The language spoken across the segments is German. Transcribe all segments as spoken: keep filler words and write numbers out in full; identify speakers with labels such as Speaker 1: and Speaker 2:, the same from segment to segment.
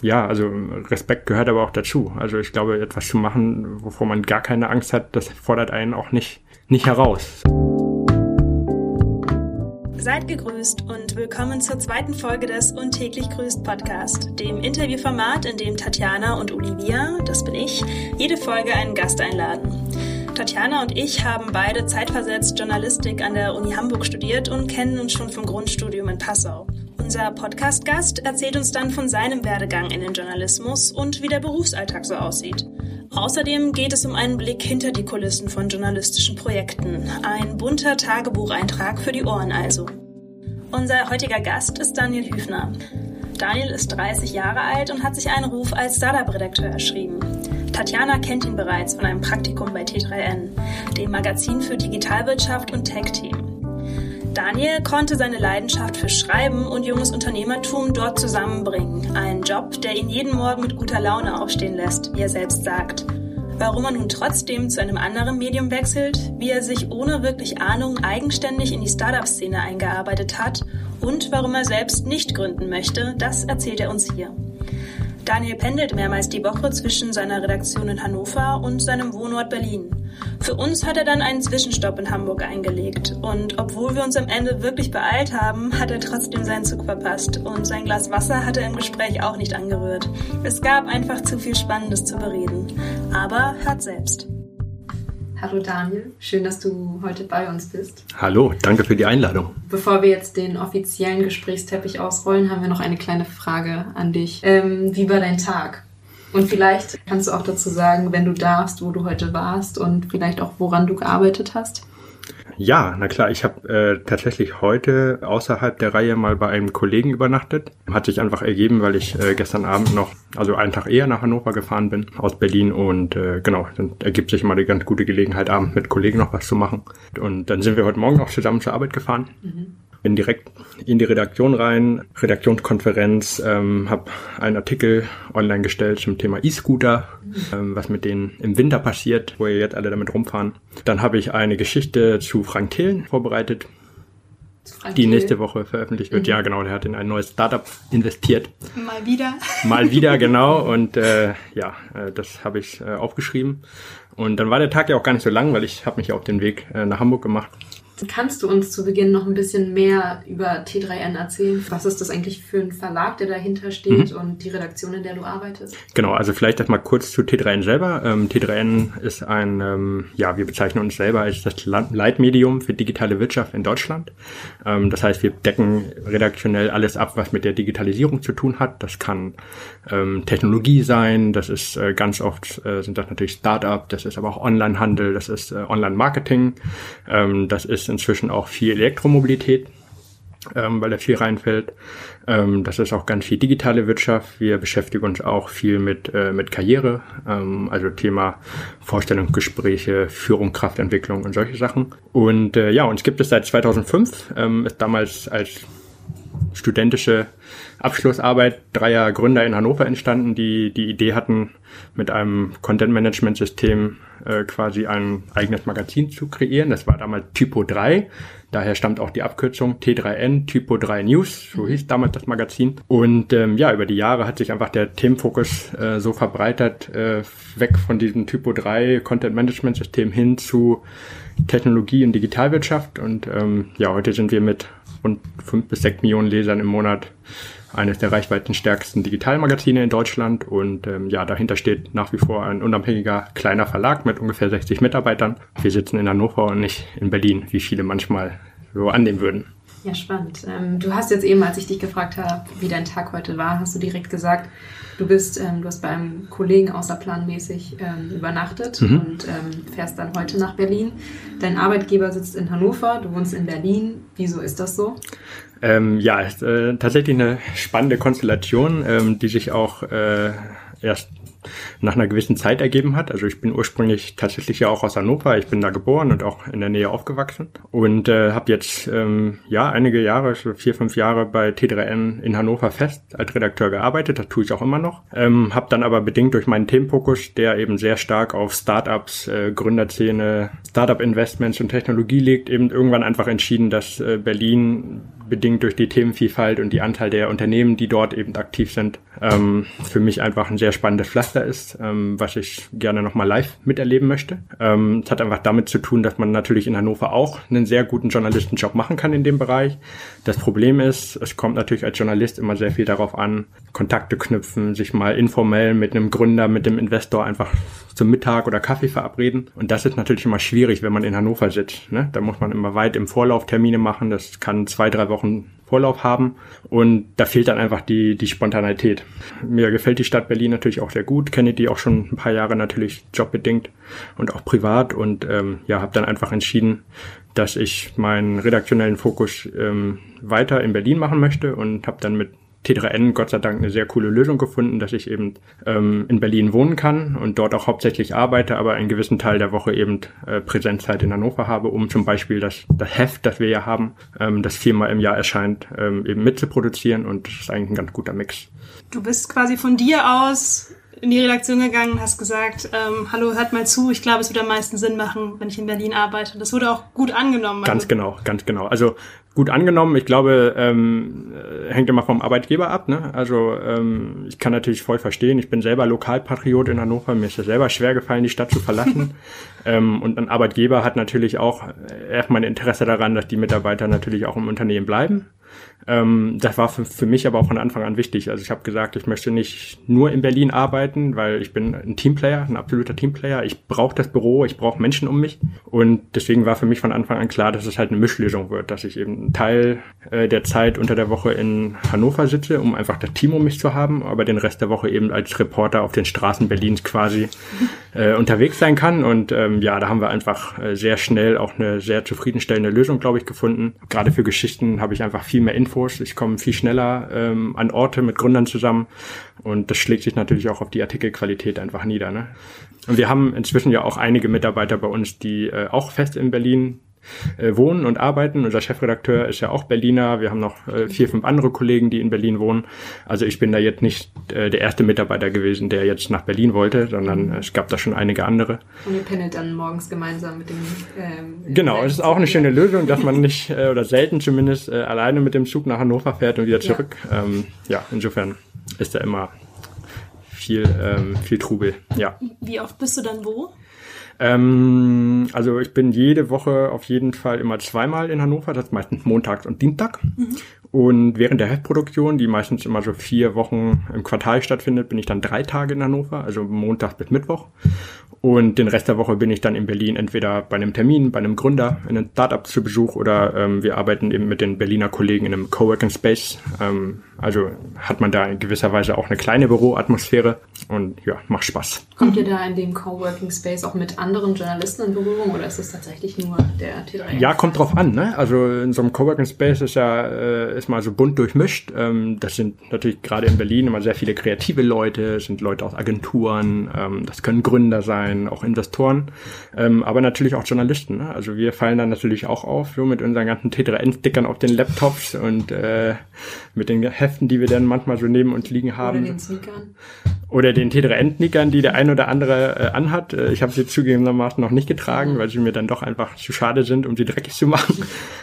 Speaker 1: ja, also Respekt gehört aber auch dazu. Also ich glaube, etwas zu machen, wovor man gar keine Angst hat, das fordert einen auch nicht, nicht heraus.
Speaker 2: Seid gegrüßt und willkommen zur zweiten Folge des Und täglich grüßt Podcast, dem Interviewformat, in dem Tatjana und Olivia, das bin ich, jede Folge einen Gast einladen. Tatjana und ich haben beide zeitversetzt Journalistik an der Uni Hamburg studiert und kennen uns schon vom Grundstudium in Passau. Unser Podcast-Gast erzählt uns dann von seinem Werdegang in den Journalismus und wie der Berufsalltag so aussieht. Außerdem geht es um einen Blick hinter die Kulissen von journalistischen Projekten. Ein bunter Tagebucheintrag für die Ohren also. Unser heutiger Gast ist Daniel Hüfner. Daniel ist dreißig Jahre alt und hat sich einen Ruf als Startup-Redakteur erschrieben. Tatjana kennt ihn bereits von einem Praktikum bei T drei N, dem Magazin für Digitalwirtschaft und Tech-Team. Daniel konnte seine Leidenschaft für Schreiben und junges Unternehmertum dort zusammenbringen. Ein Job, der ihn jeden Morgen mit guter Laune aufstehen lässt, wie er selbst sagt. Warum er nun trotzdem zu einem anderen Medium wechselt, wie er sich ohne wirklich Ahnung eigenständig in die Startup-Szene eingearbeitet hat und warum er selbst nicht gründen möchte, das erzählt er uns hier. Daniel pendelt mehrmals die Woche zwischen seiner Redaktion in Hannover und seinem Wohnort Berlin. Für uns hat er dann einen Zwischenstopp in Hamburg eingelegt. Und obwohl wir uns am Ende wirklich beeilt haben, hat er trotzdem seinen Zug verpasst. Und sein Glas Wasser hat er im Gespräch auch nicht angerührt. Es gab einfach zu viel Spannendes zu bereden. Aber hört selbst.
Speaker 3: Hallo Daniel, schön, dass du heute bei uns bist.
Speaker 1: Hallo, danke für die Einladung.
Speaker 3: Bevor wir jetzt den offiziellen Gesprächsteppich ausrollen, haben wir noch eine kleine Frage an dich. Ähm, wie war dein Tag? Und vielleicht kannst du auch dazu sagen, wenn du darfst, wo du heute warst und vielleicht auch, woran du gearbeitet hast.
Speaker 1: Ja, na klar, ich habe äh, tatsächlich heute außerhalb der Reihe mal bei einem Kollegen übernachtet. Hat sich einfach ergeben, weil ich äh, gestern Abend noch, also einen Tag eher nach Hannover gefahren bin, aus Berlin. Und äh, genau, dann ergibt sich mal eine ganz gute Gelegenheit, abends mit Kollegen noch was zu machen. Und dann sind wir heute Morgen auch zusammen zur Arbeit gefahren. Mhm. Bin direkt in die Redaktion rein, Redaktionskonferenz, ähm, habe einen Artikel online gestellt zum Thema E-Scooter, ähm, was mit denen im Winter passiert, wo ihr jetzt alle damit rumfahren. Dann habe ich eine Geschichte zu Frank Thelen vorbereitet, Frank die nächste Woche veröffentlicht wird. Mhm. Ja, genau, der hat in ein neues Startup investiert.
Speaker 3: Mal wieder.
Speaker 1: Mal wieder, genau. Und äh, ja, äh, das habe ich äh, aufgeschrieben. Und dann war der Tag ja auch gar nicht so lang, weil ich habe mich ja auf den Weg äh, nach Hamburg gemacht.
Speaker 3: Kannst du uns zu Beginn noch ein bisschen mehr über T drei N erzählen? Was ist das eigentlich für ein Verlag, der dahinter steht mhm. und die Redaktion, in der du arbeitest?
Speaker 1: Genau, also vielleicht erstmal kurz zu T drei N selber. Ähm, T drei N ist ein, ähm, ja, wir bezeichnen uns selber als das Leitmedium für digitale Wirtschaft in Deutschland. Ähm, das heißt, wir decken redaktionell alles ab, was mit der Digitalisierung zu tun hat. Das kann ähm, Technologie sein, das ist äh, ganz oft, äh, sind das natürlich Start-up, das ist aber auch Onlinehandel, das ist äh, Online-Marketing, ähm, das ist inzwischen auch viel Elektromobilität, ähm, weil da viel reinfällt. Ähm, das ist auch ganz viel digitale Wirtschaft. Wir beschäftigen uns auch viel mit äh, mit Karriere, ähm, also Thema Vorstellungsgespräche, Führung, Kraftentwicklung und solche Sachen. Und äh, ja, uns gibt es seit zweitausendfünf, ähm, ist damals als studentische Abschlussarbeit dreier Gründer in Hannover entstanden, die die Idee hatten, mit einem Content-Management-System äh, quasi ein eigenes Magazin zu kreieren. Das war damals Typo drei. Daher stammt auch die Abkürzung T drei N, Typo drei News, so hieß damals das Magazin. Und ähm, ja, über die Jahre hat sich einfach der Themenfokus äh, so verbreitert, äh, weg von diesem Typo drei Content-Management-System hin zu Technologie- und Digitalwirtschaft. Und ähm, ja, heute sind wir mit rund fünf bis sechs Millionen Lesern im Monat eines der reichweitenstärksten Digitalmagazine in Deutschland. Und ähm, ja, dahinter steht nach wie vor ein unabhängiger kleiner Verlag mit ungefähr sechzig Mitarbeitern. Wir sitzen in Hannover und nicht in Berlin, wie viele manchmal so annehmen würden.
Speaker 3: Ja, spannend. Ähm, du hast jetzt eben, als ich dich gefragt habe, wie dein Tag heute war, hast du direkt gesagt, du bist, ähm, du hast bei einem Kollegen außerplanmäßig ähm, übernachtet mhm. und ähm, fährst dann heute nach Berlin. Dein Arbeitgeber sitzt in Hannover, du wohnst in Berlin. Wieso ist das so?
Speaker 1: Ähm, ja, ist äh, tatsächlich eine spannende Konstellation, ähm, die sich auch äh, erst nach einer gewissen Zeit ergeben hat. Also ich bin ursprünglich tatsächlich ja auch aus Hannover. Ich bin da geboren und auch in der Nähe aufgewachsen und äh, habe jetzt ähm, ja einige Jahre, so vier, fünf Jahre bei T drei N in Hannover fest als Redakteur gearbeitet. Das tue ich auch immer noch. Ähm, habe dann aber bedingt durch meinen Themenfokus, der eben sehr stark auf Startups, äh, Gründerszene, Startup-Investments und Technologie liegt, eben irgendwann einfach entschieden, dass äh, Berlin bedingt durch die Themenvielfalt und die Anzahl der Unternehmen, die dort eben aktiv sind, ähm, für mich einfach ein sehr spannendes Pflaster ist, ähm, was ich gerne nochmal live miterleben möchte. Ähm, es hat einfach damit zu tun, dass man natürlich in Hannover auch einen sehr guten Journalistenjob machen kann in dem Bereich. Das Problem ist, es kommt natürlich als Journalist immer sehr viel darauf an, Kontakte knüpfen, sich mal informell mit einem Gründer, mit dem Investor einfach zum Mittag oder Kaffee verabreden. Und das ist natürlich immer schwierig, wenn man in Hannover sitzt, ne? Da muss man immer weit im Vorlauf Termine machen. Das kann zwei, drei Wochen Vorlauf haben. Und da fehlt dann einfach die, die Spontanität. Mir gefällt die Stadt Berlin natürlich auch sehr gut. Kenne die auch schon ein paar Jahre natürlich jobbedingt und auch privat. Und ähm, ja, habe dann einfach entschieden, dass ich meinen redaktionellen Fokus ähm, weiter in Berlin machen möchte und habe dann mit T drei N Gott sei Dank eine sehr coole Lösung gefunden, dass ich eben ähm, in Berlin wohnen kann und dort auch hauptsächlich arbeite, aber einen gewissen Teil der Woche eben äh, Präsenzzeit in Hannover habe, um zum Beispiel das, das Heft, das wir ja haben, ähm, das viermal im Jahr erscheint, ähm, eben mitzuproduzieren, und das ist eigentlich ein ganz guter Mix.
Speaker 2: Du bist quasi von dir aus in die Redaktion gegangen, hast gesagt, ähm, hallo, hört mal zu, ich glaube, es würde am meisten Sinn machen, wenn ich in Berlin arbeite. Das wurde auch gut angenommen.
Speaker 1: Ganz genau, ganz genau. Also gut angenommen, ich glaube, ähm, hängt immer vom Arbeitgeber ab, ne? Also ähm, ich kann natürlich voll verstehen, ich bin selber Lokalpatriot in Hannover, mir ist es selber schwer gefallen, die Stadt zu verlassen. ähm, und ein Arbeitgeber hat natürlich auch erstmal ein Interesse daran, dass die Mitarbeiter natürlich auch im Unternehmen bleiben. Ähm, das war für, für mich aber auch von Anfang an wichtig. Also ich habe gesagt, ich möchte nicht nur in Berlin arbeiten, weil ich bin ein Teamplayer, ein absoluter Teamplayer. Ich brauche das Büro, ich brauche Menschen um mich. Und deswegen war für mich von Anfang an klar, dass es halt eine Mischlösung wird, dass ich eben einen Teil äh, der Zeit unter der Woche in Hannover sitze, um einfach das Team um mich zu haben, aber den Rest der Woche eben als Reporter auf den Straßen Berlins quasi äh, unterwegs sein kann. Und ähm, ja, da haben wir einfach äh, sehr schnell auch eine sehr zufriedenstellende Lösung, glaube ich, gefunden. Gerade für Geschichten habe ich einfach viel mehr Infos. Ich komme viel schneller ähm, an Orte mit Gründern zusammen, und das schlägt sich natürlich auch auf die Artikelqualität einfach nieder, ne? Und wir haben inzwischen ja auch einige Mitarbeiter bei uns, die äh, auch fest in Berlin äh, wohnen und arbeiten. Unser Chefredakteur ist ja auch Berliner. Wir haben noch äh, vier, fünf andere Kollegen, die in Berlin wohnen. Also ich bin da jetzt nicht äh, der erste Mitarbeiter gewesen, der jetzt nach Berlin wollte, sondern äh, es gab da schon einige andere.
Speaker 3: Und ihr pendelt dann morgens gemeinsam mit dem... Ähm,
Speaker 1: genau, es ist auch eine schöne Lösung, dass man nicht, äh, oder selten zumindest, äh, alleine mit dem Zug nach Hannover fährt und wieder zurück. Ja, ähm, ja insofern ist da immer viel, ähm, viel Trubel. Ja.
Speaker 2: Wie oft bist du dann wo?
Speaker 1: Ähm, also ich bin jede Woche auf jeden Fall immer zweimal in Hannover, das ist meistens montags und Dienstag. Mhm. Und während der Heftproduktion, die meistens immer so vier Wochen im Quartal stattfindet, bin ich dann drei Tage in Hannover, also Montag bis Mittwoch. Und den Rest der Woche bin ich dann in Berlin entweder bei einem Termin, bei einem Gründer, in einem Startup zu Besuch, oder ähm, wir arbeiten eben mit den Berliner Kollegen in einem Coworking Space. Ähm, also hat man da in gewisser Weise auch eine kleine Büroatmosphäre und ja, macht Spaß.
Speaker 3: Kommt ihr da in dem Coworking Space auch mit anderen Journalisten in Berührung, oder ist es tatsächlich nur der T drei N?
Speaker 1: Ja, kommt drauf an, ne? Also in so einem Coworking Space ist ja äh, ist mal so bunt durchmischt. Ähm, das sind natürlich gerade in Berlin immer sehr viele kreative Leute, es sind Leute aus Agenturen, ähm, das können Gründer sein, auch Investoren, ähm, aber natürlich auch Journalisten, ne? Also wir fallen dann natürlich auch auf, so mit unseren ganzen T drei N-Stickern auf den Laptops und äh, mit den Heften, die wir dann manchmal so neben uns liegen haben.
Speaker 3: Oder den Sneakern.
Speaker 1: Oder den T drei N-Sneakern, die der ein oder andere äh, anhat. Äh, ich habe sie zugegebenermaßen noch nicht getragen, weil sie mir dann doch einfach zu schade sind, um sie dreckig zu machen.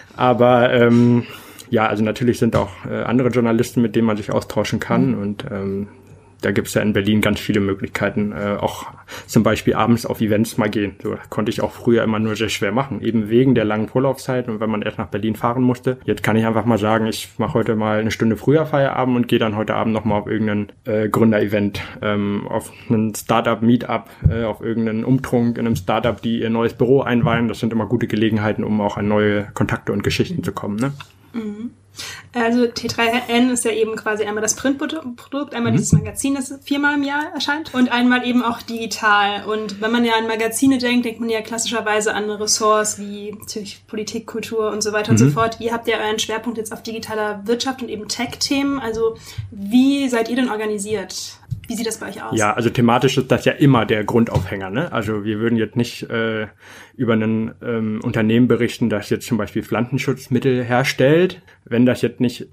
Speaker 1: Aber ähm, ja, also natürlich sind auch äh, andere Journalisten, mit denen man sich austauschen kann, mhm. und ähm, da gibt's ja in Berlin ganz viele Möglichkeiten, äh, auch zum Beispiel abends auf Events mal gehen. So konnte ich auch früher immer nur sehr schwer machen, eben wegen der langen Vorlaufzeit und wenn man erst nach Berlin fahren musste. Jetzt kann ich einfach mal sagen, ich mache heute mal eine Stunde früher Feierabend und gehe dann heute Abend nochmal auf irgendein äh, Gründer-Event, ähm, auf einen Startup-Meetup, äh, auf irgendeinen Umtrunk in einem Startup, die ihr neues Büro einweihen. Das sind immer gute Gelegenheiten, um auch an neue Kontakte und Geschichten zu kommen, ne?
Speaker 2: Mhm. Also T drei N ist ja eben quasi einmal das Printprodukt, einmal mhm. dieses Magazin, das viermal im Jahr erscheint, und einmal eben auch digital. Und wenn man ja an Magazine denkt, denkt man ja klassischerweise an Ressorts wie natürlich Politik, Kultur und so weiter mhm. und so fort. Ihr habt ja euren Schwerpunkt jetzt auf digitaler Wirtschaft und eben Tech-Themen. Also wie seid ihr denn organisiert? Wie sieht das bei euch aus?
Speaker 1: Ja, also thematisch ist das ja immer der Grundaufhänger, ne? Also wir würden jetzt nicht äh, über ein ähm, Unternehmen berichten, das jetzt zum Beispiel Pflanzenschutzmittel herstellt, wenn das jetzt nicht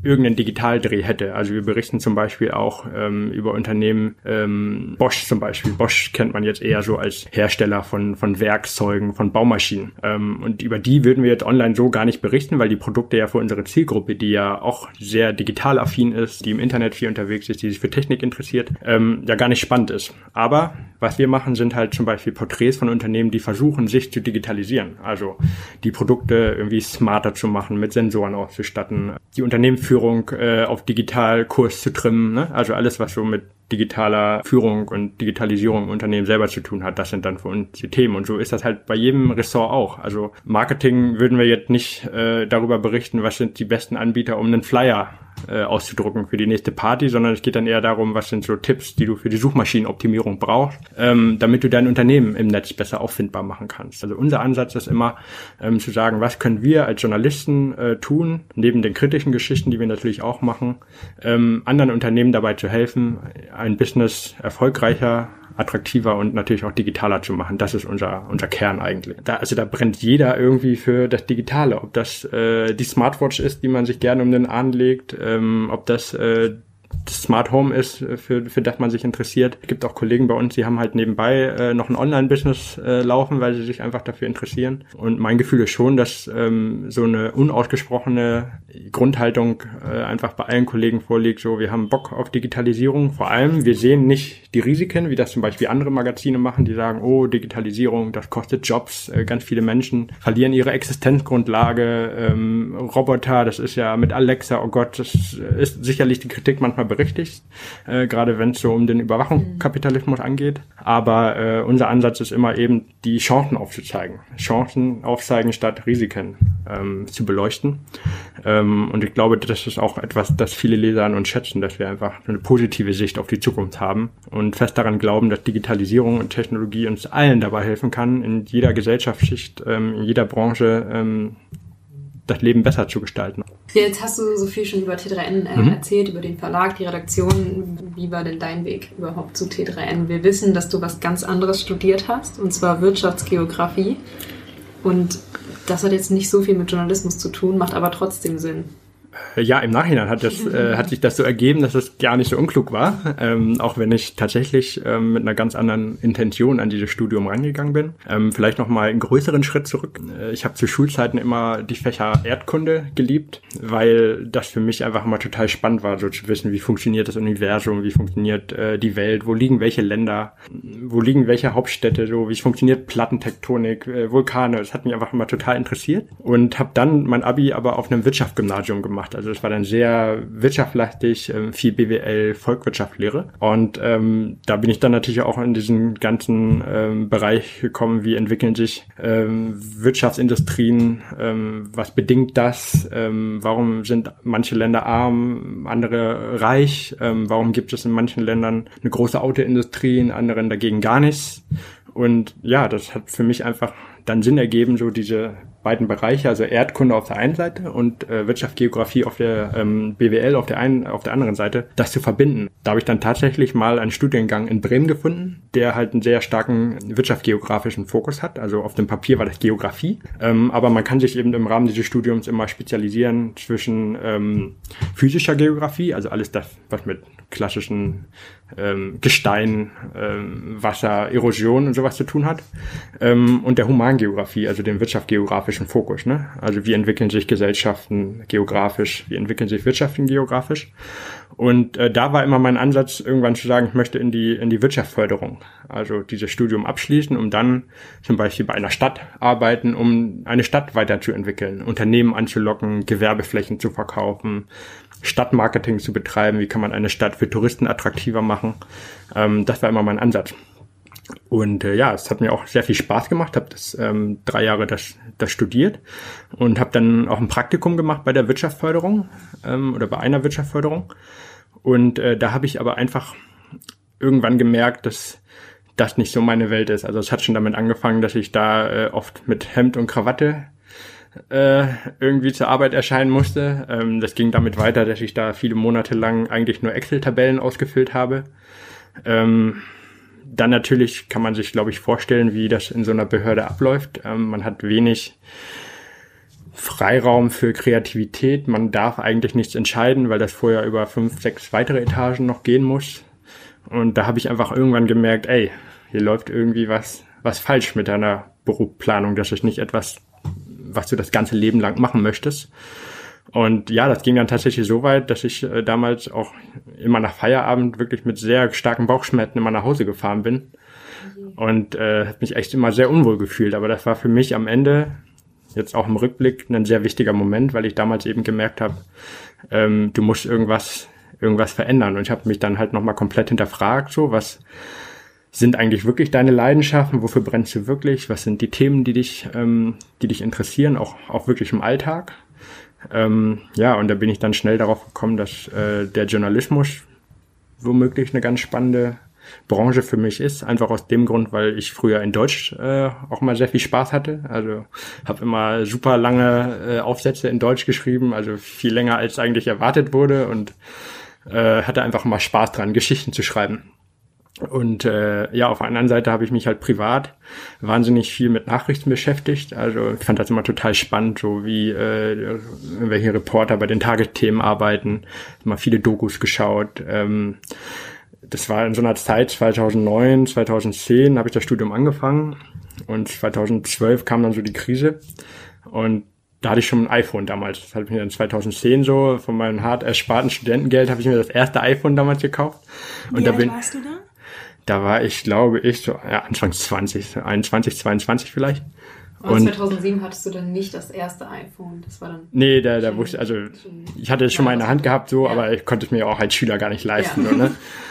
Speaker 1: irgendeinen Digitaldreh hätte. Also wir berichten zum Beispiel auch ähm, über Unternehmen, ähm, Bosch zum Beispiel. Bosch kennt man jetzt eher so als Hersteller von von Werkzeugen, von Baumaschinen. Ähm, und über die würden wir jetzt online so gar nicht berichten, weil die Produkte ja für unsere Zielgruppe, die ja auch sehr digital affin ist, die im Internet viel unterwegs ist, die sich für Technik interessiert, ähm, ja gar nicht spannend ist. Aber was wir machen, sind halt zum Beispiel Porträts von Unternehmen, die versuchen, sich zu digitalisieren. Also die Produkte irgendwie smarter zu machen, mit Sensoren auszustatten, die Unternehmensführung äh, auf Digitalkurs zu trimmen, ne? Also alles, was so mit digitaler Führung und Digitalisierung im Unternehmen selber zu tun hat, das sind dann für uns die Themen. Und so ist das halt bei jedem Ressort auch. Also Marketing würden wir jetzt nicht äh, darüber berichten, was sind die besten Anbieter, um einen Flyer äh, auszudrucken für die nächste Party, sondern es geht dann eher darum, was sind so Tipps, die du für die Suchmaschinenoptimierung brauchst, ähm, damit du dein Unternehmen im Netz besser auffindbar machen kannst. Also unser Ansatz ist immer ähm, zu sagen, was können wir als Journalisten äh, tun, neben den kritischen Geschichten, die wir natürlich auch machen, ähm, anderen Unternehmen dabei zu helfen, ein Business erfolgreicher, attraktiver und natürlich auch digitaler zu machen. Das ist unser unser Kern eigentlich. Da, also da brennt jeder irgendwie für das Digitale. Ob das äh, die Smartwatch ist, die man sich gerne um den Arm legt, ähm, ob das äh, das Smart Home ist, für, für das man sich interessiert. Es gibt auch Kollegen bei uns, die haben halt nebenbei äh, noch ein Online-Business äh, laufen, weil sie sich einfach dafür interessieren. Und mein Gefühl ist schon, dass ähm, so eine unausgesprochene Grundhaltung äh, einfach bei allen Kollegen vorliegt, so wir haben Bock auf Digitalisierung. Vor allem, wir sehen nicht die Risiken, wie das zum Beispiel andere Magazine machen, die sagen, oh, Digitalisierung, das kostet Jobs, äh, ganz viele Menschen verlieren ihre Existenzgrundlage, ähm, Roboter, das ist ja mit Alexa, oh Gott, das ist sicherlich die Kritik manchmal berechtigt, äh, gerade wenn es so um den Überwachungskapitalismus angeht. Aber äh, unser Ansatz ist immer eben, die Chancen aufzuzeigen. Chancen aufzeigen statt Risiken ähm, zu beleuchten. Ähm, und ich glaube, das ist auch etwas, das viele Leser an uns schätzen, dass wir einfach eine positive Sicht auf die Zukunft haben und fest daran glauben, dass Digitalisierung und Technologie uns allen dabei helfen kann, in jeder Gesellschaftsschicht, ähm, in jeder Branche ähm, das Leben besser zu gestalten.
Speaker 3: Jetzt hast du so viel schon über T drei N äh, mhm. erzählt, über den Verlag, die Redaktion. Wie war denn dein Weg überhaupt zu T drei N? Wir wissen, dass du was ganz anderes studiert hast, und zwar Wirtschaftsgeografie. Und das hat jetzt nicht so viel mit Journalismus zu tun, macht aber trotzdem Sinn.
Speaker 1: Ja, im Nachhinein hat das äh, hat sich das so ergeben, dass es gar nicht so unklug war, ähm, auch wenn ich tatsächlich ähm, mit einer ganz anderen Intention an dieses Studium rangegangen bin. Ähm, vielleicht noch mal einen größeren Schritt zurück. Äh, ich habe zu Schulzeiten immer die Fächer Erdkunde geliebt, weil das für mich einfach immer total spannend war, so zu wissen, wie funktioniert das Universum, wie funktioniert äh, die Welt, wo liegen welche Länder, wo liegen welche Hauptstädte, so wie funktioniert Plattentektonik, äh, Vulkane. Das hat mich einfach immer total interessiert und habe dann mein Abi aber auf einem Wirtschaftsgymnasium gemacht. Also es war dann sehr wirtschaftslastig, viel B W L, Volkswirtschaftslehre. Und ähm, da bin ich dann natürlich auch in diesen ganzen ähm, Bereich gekommen, wie entwickeln sich ähm, Wirtschaftsindustrien, ähm, was bedingt das, ähm, warum sind manche Länder arm, andere reich, ähm, warum gibt es in manchen Ländern eine große Autoindustrie, in anderen dagegen gar nichts. Und ja, das hat für mich einfach dann Sinn ergeben, so diese beiden Bereiche, also Erdkunde auf der einen Seite und äh, Wirtschaftsgeografie auf der ähm, B W L auf der einen, auf der anderen Seite, das zu verbinden. Da habe ich dann tatsächlich mal einen Studiengang in Bremen gefunden, der halt einen sehr starken wirtschaftsgeografischen Fokus hat. Also auf dem Papier war das Geografie, ähm, aber man kann sich eben im Rahmen dieses Studiums immer spezialisieren zwischen ähm, physischer Geografie, also alles das, was mit klassischen ähm, Gestein, ähm, Wasser, Erosion und sowas zu tun hat, ähm, und der Humangeografie, also dem wirtschaftsgeografischen Fokus, ne? Also wie entwickeln sich Gesellschaften geografisch, wie entwickeln sich Wirtschaften geografisch. Und äh, da war immer mein Ansatz, irgendwann zu sagen, ich möchte in die in die Wirtschaftsförderung, also dieses Studium abschließen, um dann zum Beispiel bei einer Stadt arbeiten, um eine Stadt weiterzuentwickeln, Unternehmen anzulocken, Gewerbeflächen zu verkaufen, Stadtmarketing zu betreiben, wie kann man eine Stadt für Touristen attraktiver machen. Ähm, das war immer mein Ansatz. Und äh, ja, es hat mir auch sehr viel Spaß gemacht, habe das ähm, drei Jahre das, das studiert und habe dann auch ein Praktikum gemacht bei der Wirtschaftsförderung ähm, oder bei einer Wirtschaftsförderung. Und äh, da habe ich aber einfach irgendwann gemerkt, dass das nicht so meine Welt ist. Also es hat schon damit angefangen, dass ich da äh, oft mit Hemd und Krawatte äh, irgendwie zur Arbeit erscheinen musste. Ähm, das ging damit weiter, dass ich da viele Monate lang eigentlich nur Excel-Tabellen ausgefüllt habe. Ähm, Dann natürlich kann man sich, glaube ich, vorstellen, wie das in so einer Behörde abläuft. Ähm, man hat wenig Freiraum für Kreativität. Man darf eigentlich nichts entscheiden, weil das vorher über fünf, sechs weitere Etagen noch gehen muss. Und da habe ich einfach irgendwann gemerkt, ey, hier läuft irgendwie was, was falsch mit deiner Berufsplanung. Das ist nicht etwas, was du das ganze Leben lang machen möchtest. Und ja, das ging dann tatsächlich so weit, dass ich äh, damals auch immer nach Feierabend wirklich mit sehr starken Bauchschmerzen immer nach Hause gefahren bin. Und äh, habe mich echt immer sehr unwohl gefühlt. Aber das war für mich am Ende, jetzt auch im Rückblick, ein sehr wichtiger Moment, weil ich damals eben gemerkt habe, ähm, du musst irgendwas irgendwas verändern. Und ich habe mich dann halt nochmal komplett hinterfragt, so, was sind eigentlich wirklich deine Leidenschaften? Wofür brennst du wirklich? Was sind die Themen, die dich ähm, die dich interessieren, auch auch wirklich im Alltag? Ähm, ja, und da bin ich dann schnell darauf gekommen, dass äh, der Journalismus womöglich eine ganz spannende Branche für mich ist. Einfach aus dem Grund, weil ich früher in Deutsch äh, auch mal sehr viel Spaß hatte. Also habe immer super lange äh, Aufsätze in Deutsch geschrieben, also viel länger als eigentlich erwartet wurde und äh, hatte einfach mal Spaß dran, Geschichten zu schreiben. Und äh, ja, auf der anderen Seite habe ich mich halt privat wahnsinnig viel mit Nachrichten beschäftigt. Also ich fand das immer total spannend, so wie äh, welche Reporter bei den Tagesthemen arbeiten. Immer viele Dokus geschaut. Ähm, das war in so einer Zeit, zweitausendneun, zweitausendzehn habe ich das Studium angefangen und zweitausendzwölf kam dann so die Krise und da hatte ich schon ein iPhone damals. Das hatte ich mir dann zweitausendzehn so, von meinem hart ersparten Studentengeld habe ich mir das erste iPhone damals gekauft. Und
Speaker 2: Wie
Speaker 1: da
Speaker 2: alt
Speaker 1: bin,
Speaker 2: warst du da?
Speaker 1: Da war ich, glaube ich, so ja, Anfang zwanzig, einundzwanzig, zweiundzwanzig vielleicht.
Speaker 3: Aber
Speaker 1: und
Speaker 3: zweitausendsieben hattest du dann nicht das erste iPhone, das war dann...
Speaker 1: Nee, da, da wusste, also ich hatte es schon mal in der Hand gehabt, so, ja. Aber ich konnte es mir auch als Schüler gar nicht leisten. Ja. So, ne?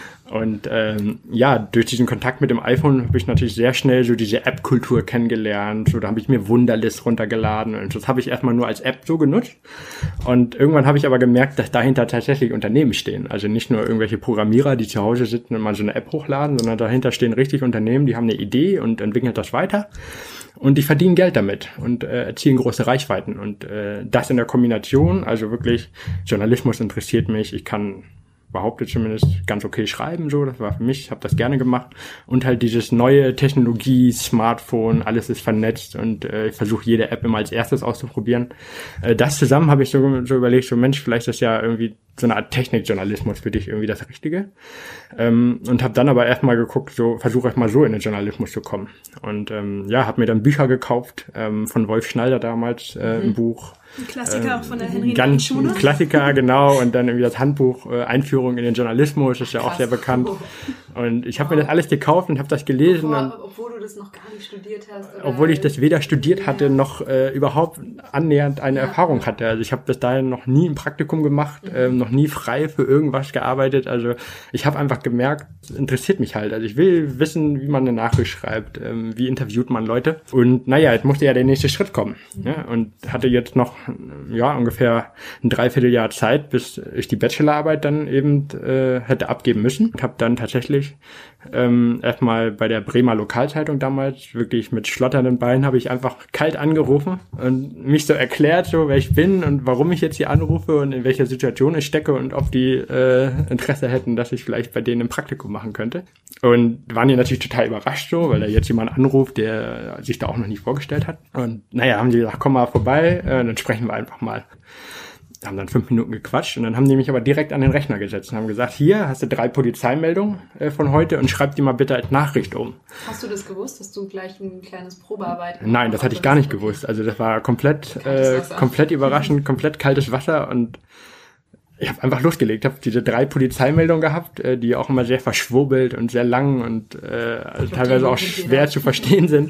Speaker 1: Und ähm, ja, durch diesen Kontakt mit dem iPhone habe ich natürlich sehr schnell so diese App-Kultur kennengelernt. So, da habe ich mir Wunderlist runtergeladen und das habe ich erstmal nur als App so genutzt. Und irgendwann habe ich aber gemerkt, dass dahinter tatsächlich Unternehmen stehen. Also nicht nur irgendwelche Programmierer, die zu Hause sitzen und mal so eine App hochladen, sondern dahinter stehen richtig Unternehmen, die haben eine Idee und entwickeln das weiter. Und die verdienen Geld damit und äh, erzielen große Reichweiten. Und äh, das in der Kombination, also wirklich, Journalismus interessiert mich, ich kann... behauptet zumindest ganz okay schreiben, so, das war für mich, ich habe das gerne gemacht und halt dieses neue Technologie, Smartphone, alles ist vernetzt und äh, ich versuche jede App immer als erstes auszuprobieren. Äh, das zusammen habe ich so, so überlegt, so Mensch, vielleicht ist ja irgendwie so eine Art Technikjournalismus für dich irgendwie das Richtige ähm, und habe dann aber erstmal geguckt, so versuche erstmal so in den Journalismus zu kommen und ähm, ja, habe mir dann Bücher gekauft ähm, von Wolf Schneider damals, äh, mhm. ein Buch.
Speaker 2: Ein Klassiker äh, auch von der Henry
Speaker 1: Ganz
Speaker 2: Schule.
Speaker 1: Ein Klassiker, genau. Und dann irgendwie das Handbuch äh, Einführung in den Journalismus, ist ja auch Krass. Sehr bekannt. Und ich habe wow. mir das alles gekauft und habe das gelesen.
Speaker 3: Obwohl,
Speaker 1: und,
Speaker 3: obwohl du das noch gar nicht studiert hast. Oder?
Speaker 1: Obwohl ich das weder studiert hatte, noch äh, überhaupt annähernd eine ja. Erfahrung hatte. Also ich habe bis dahin noch nie ein Praktikum gemacht, mhm. ähm, noch nie frei für irgendwas gearbeitet. Also ich habe einfach gemerkt, es interessiert mich halt. Also ich will wissen, wie man eine Nachricht schreibt, ähm, wie interviewt man Leute. Und naja, jetzt musste ja der nächste Schritt kommen. Mhm. Ja, und hatte jetzt noch ja ungefähr ein Dreivierteljahr Zeit, bis ich die Bachelorarbeit dann eben äh, hätte abgeben müssen. Und habe dann tatsächlich ähm, erstmal bei der Bremer Lokalzeitung damals, wirklich mit schlotternden Beinen, habe ich einfach kalt angerufen und mich so erklärt, so wer ich bin und warum ich jetzt hier anrufe und in welcher Situation ich stecke und ob die äh, Interesse hätten, dass ich vielleicht bei denen ein Praktikum machen könnte. Und waren die natürlich total überrascht so, weil da jetzt jemand anruft, der sich da auch noch nie vorgestellt hat. Und naja, haben die gesagt, komm mal vorbei, äh, dann sprechen wir einfach mal. Haben dann fünf Minuten gequatscht und dann haben die mich aber direkt an den Rechner gesetzt und haben gesagt, hier hast du drei Polizeimeldungen äh, von heute und schreib die mal bitte als Nachricht um.
Speaker 3: Hast du das gewusst, dass du gleich ein kleines Probearbeit hast?
Speaker 1: Nein, das hatte ich gar nicht gewusst. Also das war komplett, äh, komplett überraschend, komplett kaltes Wasser und ich habe einfach losgelegt, habe diese drei Polizeimeldungen gehabt, äh, die auch immer sehr verschwurbelt und sehr lang und äh, also teilweise auch schwer zu verstehen sind.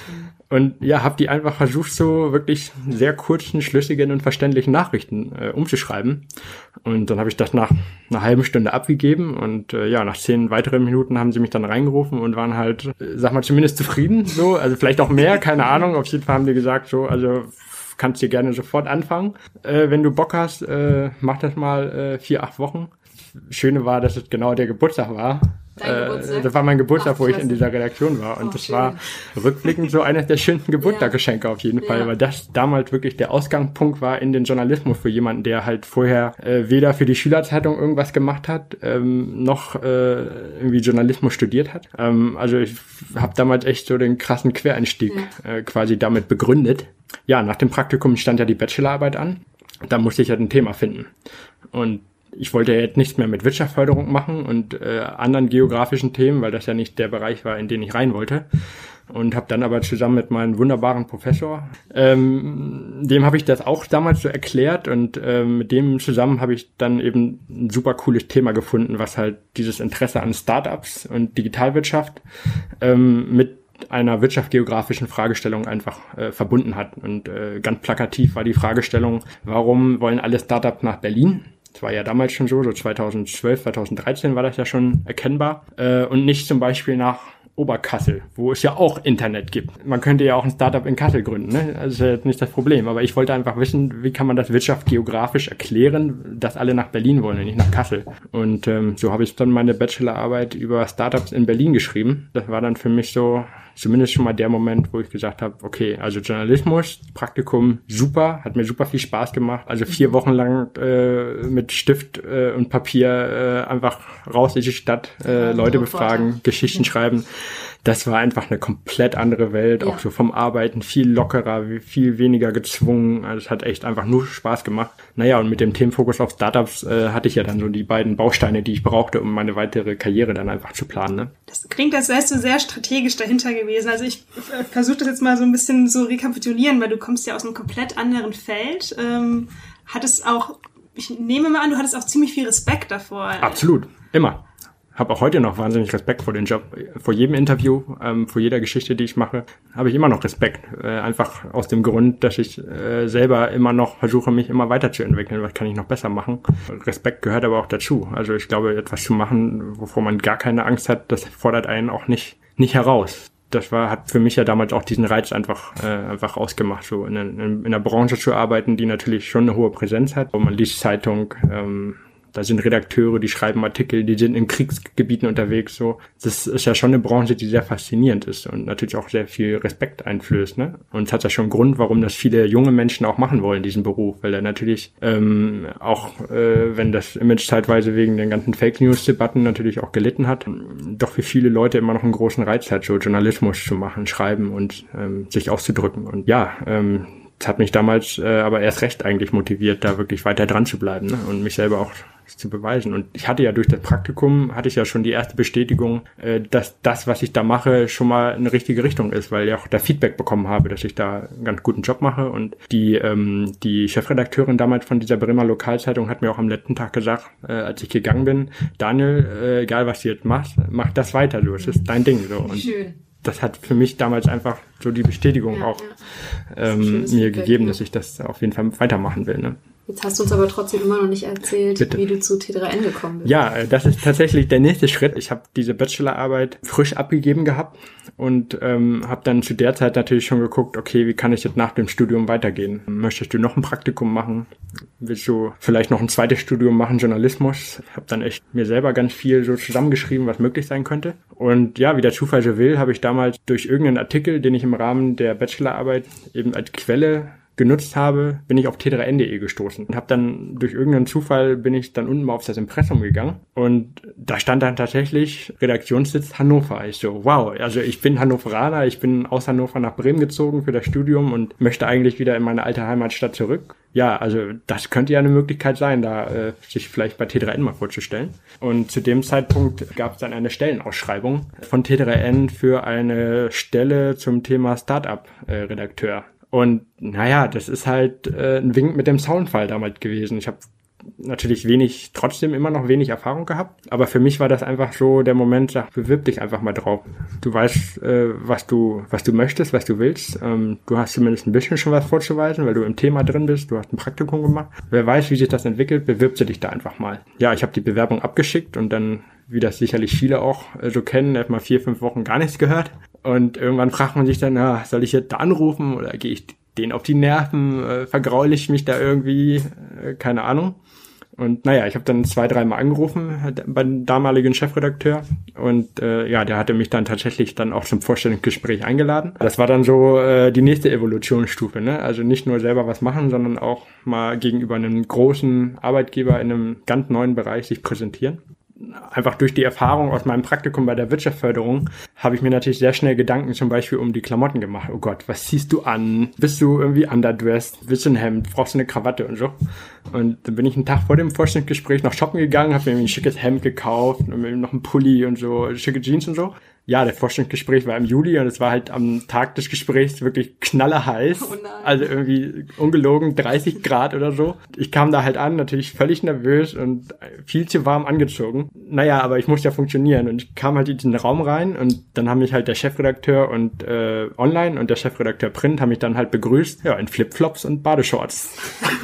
Speaker 1: Und ja, habe die einfach versucht, so wirklich sehr kurzen, schlüssigen und verständlichen Nachrichten äh, umzuschreiben. Und dann habe ich das nach einer halben Stunde abgegeben und äh, ja, nach zehn weiteren Minuten haben sie mich dann reingerufen und waren halt, äh, sag mal, zumindest zufrieden. So, also vielleicht auch mehr, keine Ahnung. Auf jeden Fall haben die gesagt, so, also kannst dir gerne sofort anfangen. Äh, wenn du Bock hast, äh, mach das mal äh, vier, acht Wochen. Schöne war, dass es genau der Geburtstag war Äh, das war mein Geburtstag, Ach, wo ich in dieser Redaktion war. Und oh, das schön. war rückblickend so eines der schönsten Geburtstagsgeschenke ja. auf jeden Fall, ja. weil das damals wirklich der Ausgangspunkt war in den Journalismus für jemanden, der halt vorher äh, weder für die Schülerzeitung irgendwas gemacht hat, ähm, noch äh, irgendwie Journalismus studiert hat. Ähm, also ich habe damals echt so den krassen Quereinstieg ja. äh, quasi damit begründet. Ja, nach dem Praktikum stand ja die Bachelorarbeit an. Da musste ich halt ein Thema finden. Und ich wollte ja jetzt nichts mehr mit Wirtschaftsförderung machen und äh, anderen geografischen Themen, weil das ja nicht der Bereich war, in den ich rein wollte. Und habe dann aber zusammen mit meinem wunderbaren Professor, ähm, dem habe ich das auch damals so erklärt und ähm, mit dem zusammen habe ich dann eben ein super cooles Thema gefunden, was halt dieses Interesse an Startups und Digitalwirtschaft ähm, mit einer wirtschaftsgeografischen Fragestellung einfach äh, verbunden hat. Und äh, ganz plakativ war die Fragestellung, warum wollen alle Startups nach Berlin? Das war ja damals schon so, so zweitausendzwölf, zweitausenddreizehn war das ja schon erkennbar. Äh, und nicht zum Beispiel nach Oberkassel, wo es ja auch Internet gibt. Man könnte ja auch ein Startup in Kassel gründen, ne? Das ist ja jetzt nicht das Problem. Aber ich wollte einfach wissen, wie kann man das wirtschaftsgeografisch erklären, dass alle nach Berlin wollen und nicht nach Kassel. Und ähm, so habe ich dann meine Bachelorarbeit über Startups in Berlin geschrieben. Das war dann für mich so zumindest schon mal der Moment, wo ich gesagt habe, okay, also Journalismus, Praktikum, super, hat mir super viel Spaß gemacht. Also vier Wochen lang äh, mit Stift äh, und Papier äh, einfach raus in die Stadt, äh, Leute befragen, Geschichten schreiben. Das war einfach eine komplett andere Welt, ja. auch so vom Arbeiten viel lockerer, viel weniger gezwungen. Also es hat echt einfach nur Spaß gemacht. Naja, und mit dem Themenfokus auf Startups äh, hatte ich ja dann so die beiden Bausteine, die ich brauchte, um meine weitere Karriere dann einfach zu planen. Ne?
Speaker 2: Das klingt, als wärst du sehr strategisch dahinter gewesen. Also ich äh, versuche das jetzt mal so ein bisschen so rekapitulieren, weil du kommst ja aus einem komplett anderen Feld. Ähm, hattest auch, ich nehme mal an, du hattest auch ziemlich viel Respekt davor.
Speaker 1: Absolut, immer. Habe auch heute noch wahnsinnig Respekt vor den Job. Vor jedem Interview, ähm, vor jeder Geschichte, die ich mache, habe ich immer noch Respekt. Äh, einfach aus dem Grund, dass ich äh, selber immer noch versuche, mich immer weiterzuentwickeln. Was kann ich noch besser machen? Respekt gehört aber auch dazu. Also ich glaube, etwas zu machen, wovor man gar keine Angst hat, das fordert einen auch nicht nicht heraus. Das war hat für mich ja damals auch diesen Reiz einfach äh, einfach ausgemacht, so in, in, in einer Branche zu arbeiten, die natürlich schon eine hohe Präsenz hat. Und man liest Zeitung, ähm, da sind Redakteure, die schreiben Artikel, die sind in Kriegsgebieten unterwegs. So, das ist ja schon eine Branche, die sehr faszinierend ist und natürlich auch sehr viel Respekt einflößt. Ne? Und es hat ja schon einen Grund, warum das viele junge Menschen auch machen wollen, diesen Beruf, weil er natürlich ähm, auch, äh, wenn das Image zeitweise wegen den ganzen Fake-News-Debatten natürlich auch gelitten hat, doch für viele Leute immer noch einen großen Reiz hat, so Journalismus zu machen, schreiben und ähm, sich auszudrücken. Und ja, ähm, das hat mich damals äh, aber erst recht eigentlich motiviert, da wirklich weiter dran zu bleiben, ne? Und mich selber auch zu beweisen. Und ich hatte ja durch das Praktikum, hatte ich ja schon die erste Bestätigung, äh, dass das, was ich da mache, schon mal eine richtige Richtung ist, weil ich auch da Feedback bekommen habe, dass ich da einen ganz guten Job mache. Und die ähm, die Chefredakteurin damals von dieser Bremer Lokalzeitung hat mir auch am letzten Tag gesagt, äh, als ich gegangen bin, Daniel, äh, egal was du jetzt machst, mach das weiter, so, es ist dein Ding. So. Und schön. Das hat für mich damals einfach so die Bestätigung ja, auch ja. Ähm, mir Feedback, gegeben, ja. dass ich das auf jeden Fall weitermachen will. Ne?
Speaker 3: Jetzt hast du uns aber trotzdem immer noch nicht erzählt, Bitte. wie du zu T drei N gekommen bist.
Speaker 1: Ja, das ist tatsächlich der nächste Schritt. Ich habe diese Bachelorarbeit frisch abgegeben gehabt und ähm, habe dann zu der Zeit natürlich schon geguckt, okay, wie kann ich jetzt nach dem Studium weitergehen? Möchtest du noch ein Praktikum machen? Willst du vielleicht noch ein zweites Studium machen, Journalismus? Ich habe dann echt mir selber ganz viel so zusammengeschrieben, was möglich sein könnte. Und ja, wie der Zufall so will, habe ich damals durch irgendeinen Artikel, den ich im Rahmen der Bachelorarbeit eben als Quelle genutzt habe, bin ich auf T drei N punkt de gestoßen und habe dann durch irgendeinen Zufall bin ich dann unten mal auf das Impressum gegangen und da stand dann tatsächlich Redaktionssitz Hannover. Ich so, wow, also ich bin Hannoveraner, ich bin aus Hannover nach Bremen gezogen für das Studium und möchte eigentlich wieder in meine alte Heimatstadt zurück. Ja, also das könnte ja eine Möglichkeit sein, da äh, sich vielleicht bei T drei N mal vorzustellen. Und zu dem Zeitpunkt gab es dann eine Stellenausschreibung von T drei N für eine Stelle zum Thema Startup-Redakteur. Und naja, das ist halt äh, ein Wink mit dem Zaunfall damals gewesen. Ich habe natürlich wenig, trotzdem immer noch wenig Erfahrung gehabt. Aber für mich war das einfach so der Moment, sag, bewirb dich einfach mal drauf. Du weißt, äh, was du was du möchtest, was du willst. Ähm, du hast zumindest ein bisschen schon was vorzuweisen, weil du im Thema drin bist. Du hast ein Praktikum gemacht. Wer weiß, wie sich das entwickelt, bewirbst du dich da einfach mal. Ja, ich habe die Bewerbung abgeschickt und dann, wie das sicherlich viele auch äh, so kennen, erstmal vier, fünf Wochen gar nichts gehört. Und irgendwann fragt man sich dann, na, soll ich jetzt da anrufen oder gehe ich denen auf die Nerven, äh, vergraule ich mich da irgendwie, äh, keine Ahnung. Und naja, ich habe dann zwei, dreimal angerufen beim damaligen Chefredakteur und äh, ja, der hatte mich dann tatsächlich dann auch zum Vorstellungsgespräch eingeladen. Das war dann so äh, die nächste Evolutionsstufe, ne? Also nicht nur selber was machen, sondern auch mal gegenüber einem großen Arbeitgeber in einem ganz neuen Bereich sich präsentieren. Einfach durch die Erfahrung aus meinem Praktikum bei der Wirtschaftsförderung habe ich mir natürlich sehr schnell Gedanken zum Beispiel um die Klamotten gemacht. Oh Gott, was ziehst du an? Bist du irgendwie underdressed? Willst du ein Hemd? Brauchst du eine Krawatte und so? Und dann bin ich einen Tag vor dem Vorstellungsgespräch noch shoppen gegangen, habe mir irgendwie ein schickes Hemd gekauft und mir noch einen Pulli und so, schicke Jeans und so. Ja, der Vorstellungsgespräch war im Juli und es war halt am Tag des Gesprächs wirklich knallerheiß. Oh nein. Also irgendwie ungelogen dreißig Grad oder so. Ich kam da halt an, natürlich völlig nervös und viel zu warm angezogen. Naja, aber ich musste ja funktionieren und ich kam halt in diesen Raum rein und dann haben mich halt der Chefredakteur und äh, Online und der Chefredakteur Print haben mich dann halt begrüßt, ja, in Flipflops und Badeshorts.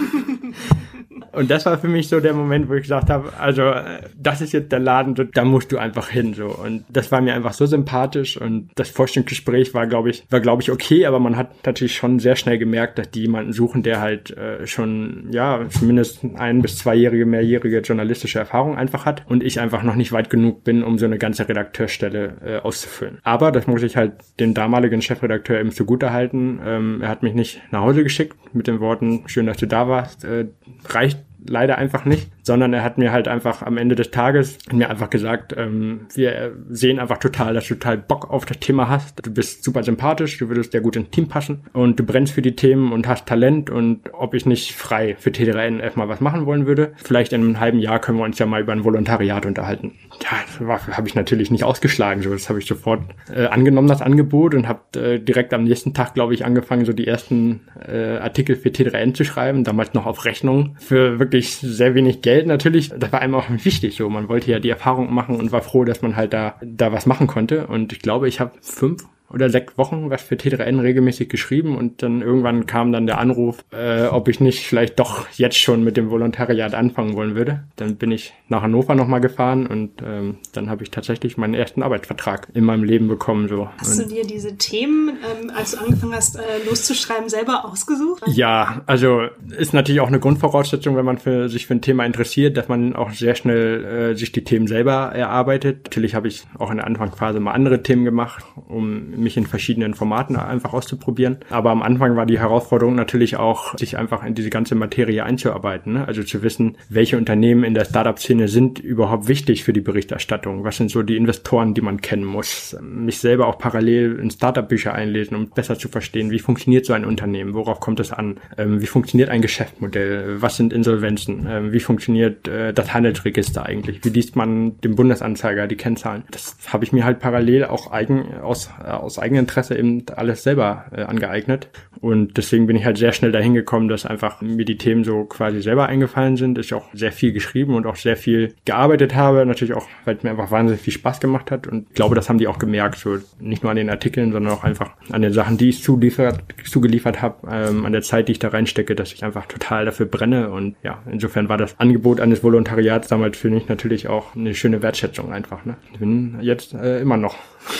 Speaker 1: Und das war für mich so der Moment, wo ich gesagt habe, also das ist jetzt der Laden, da musst du einfach hin so. Und das war mir einfach so sympathisch und das Vorstellungsgespräch war, glaube ich, war glaube ich okay, aber man hat natürlich schon sehr schnell gemerkt, dass die jemanden suchen, der halt äh, schon ja zumindest ein- bis zweijährige, mehrjährige journalistische Erfahrung einfach hat und ich einfach noch nicht weit genug bin, um so eine ganze Redakteurstelle äh, auszufüllen. Aber das muss ich halt dem damaligen Chefredakteur eben zugutehalten. Ähm, er hat mich nicht nach Hause geschickt mit den Worten, schön, dass du da warst, äh, reicht leider einfach nicht, sondern er hat mir halt einfach am Ende des Tages mir einfach gesagt, ähm, wir sehen einfach total, dass du total Bock auf das Thema hast. Du bist super sympathisch, du würdest sehr gut ins Team passen und du brennst für die Themen und hast Talent und ob ich nicht frei für T D R N erstmal was machen wollen würde. Vielleicht in einem halben Jahr können wir uns ja mal über ein Volontariat unterhalten. Ja, das habe ich natürlich nicht ausgeschlagen. So, das habe ich sofort äh, angenommen, das Angebot, und habe äh, direkt am nächsten Tag, glaube ich, angefangen, so die ersten äh, Artikel für T D R N zu schreiben, damals noch auf Rechnung für wirklich sehr wenig Geld natürlich. Das war einem auch wichtig so. Man wollte ja die Erfahrung machen und war froh, dass man halt da da was machen konnte. Und ich glaube, ich habe fünf oder sechs Wochen was für T D R N regelmäßig geschrieben und dann irgendwann kam dann der Anruf, äh, ob ich nicht vielleicht doch jetzt schon mit dem Volontariat anfangen wollen würde. Dann bin ich nach Hannover nochmal gefahren und ähm, dann habe ich tatsächlich meinen ersten Arbeitsvertrag in meinem Leben bekommen. So.
Speaker 2: Hast du dir diese Themen, ähm, als du angefangen hast, äh, loszuschreiben, selber ausgesucht?
Speaker 1: Ja, also ist natürlich auch eine Grundvoraussetzung, wenn man für, sich für ein Thema interessiert, dass man auch sehr schnell äh, sich die Themen selber erarbeitet. Natürlich habe ich auch in der Anfangsphase mal andere Themen gemacht, um mich in verschiedenen Formaten einfach auszuprobieren. Aber am Anfang war die Herausforderung natürlich auch, sich einfach in diese ganze Materie einzuarbeiten. Ne? Also zu wissen, welche Unternehmen in der Startup-Szene sind überhaupt wichtig für die Berichterstattung. Was sind so die Investoren, die man kennen muss? Mich selber auch parallel in Startup-Bücher einlesen, um besser zu verstehen, wie funktioniert so ein Unternehmen? Worauf kommt es an? Ähm, wie funktioniert ein Geschäftsmodell? Was sind Insolvenzen? Ähm, wie funktioniert äh, das Handelsregister eigentlich? Wie liest man den Bundesanzeiger, die Kennzahlen? Das habe ich mir halt parallel auch eigen aus, aus aus Eigeninteresse eben alles selber äh, angeeignet. Und deswegen bin ich halt sehr schnell dahin gekommen, dass einfach mir die Themen so quasi selber eingefallen sind. Ich auch sehr viel geschrieben und auch sehr viel gearbeitet habe. Natürlich auch, weil es mir einfach wahnsinnig viel Spaß gemacht hat. Und ich glaube, das haben die auch gemerkt. So nicht nur an den Artikeln, sondern auch einfach an den Sachen, die ich zuliefert, zugeliefert habe, ähm, an der Zeit, die ich da reinstecke, dass ich einfach total dafür brenne. Und ja, insofern war das Angebot eines Volontariats damals für mich natürlich auch eine schöne Wertschätzung einfach. Ne? Ich bin jetzt äh, immer noch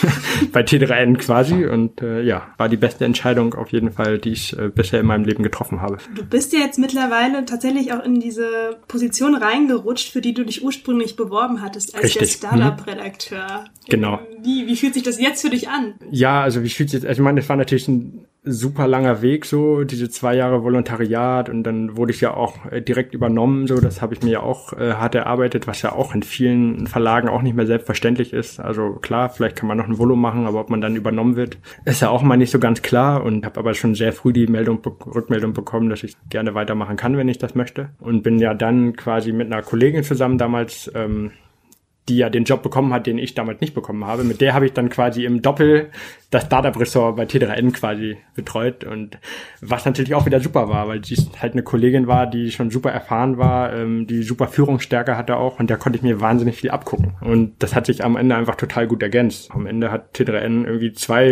Speaker 1: bei T D R N quasi und äh, ja, war die beste Entscheidung auf jeden Fall, die ich äh, bisher in meinem Leben getroffen habe.
Speaker 2: Du bist ja jetzt mittlerweile tatsächlich auch in diese Position reingerutscht, für die du dich ursprünglich beworben hattest, als
Speaker 1: Richtig.
Speaker 2: der Startup-Redakteur.
Speaker 1: Genau.
Speaker 2: Wie, wie fühlt sich das jetzt für dich an?
Speaker 1: Ja, also wie fühlt sich, also ich meine, das war natürlich ein super langer Weg, so diese zwei Jahre Volontariat, und dann wurde ich ja auch äh, direkt übernommen, so das habe ich mir ja auch äh, hart erarbeitet, was ja auch in vielen Verlagen auch nicht mehr selbstverständlich ist. Also klar, vielleicht kann man noch ein Volo machen, aber ob man dann übernommen wird, ist ja auch mal nicht so ganz klar, und habe aber schon sehr früh die Meldung, Rückmeldung bekommen, dass ich gerne weitermachen kann, wenn ich das möchte, und bin ja dann quasi mit einer Kollegin zusammen damals, ähm, die ja den Job bekommen hat, den ich damals nicht bekommen habe. Mit der habe ich dann quasi im Doppel das Startup-Ressort bei T D R N quasi betreut, und was natürlich auch wieder super war, weil sie halt eine Kollegin war, die schon super erfahren war, ähm, die super Führungsstärke hatte auch, und da konnte ich mir wahnsinnig viel abgucken. Und das hat sich am Ende einfach total gut ergänzt. Am Ende hat T D R N irgendwie zwei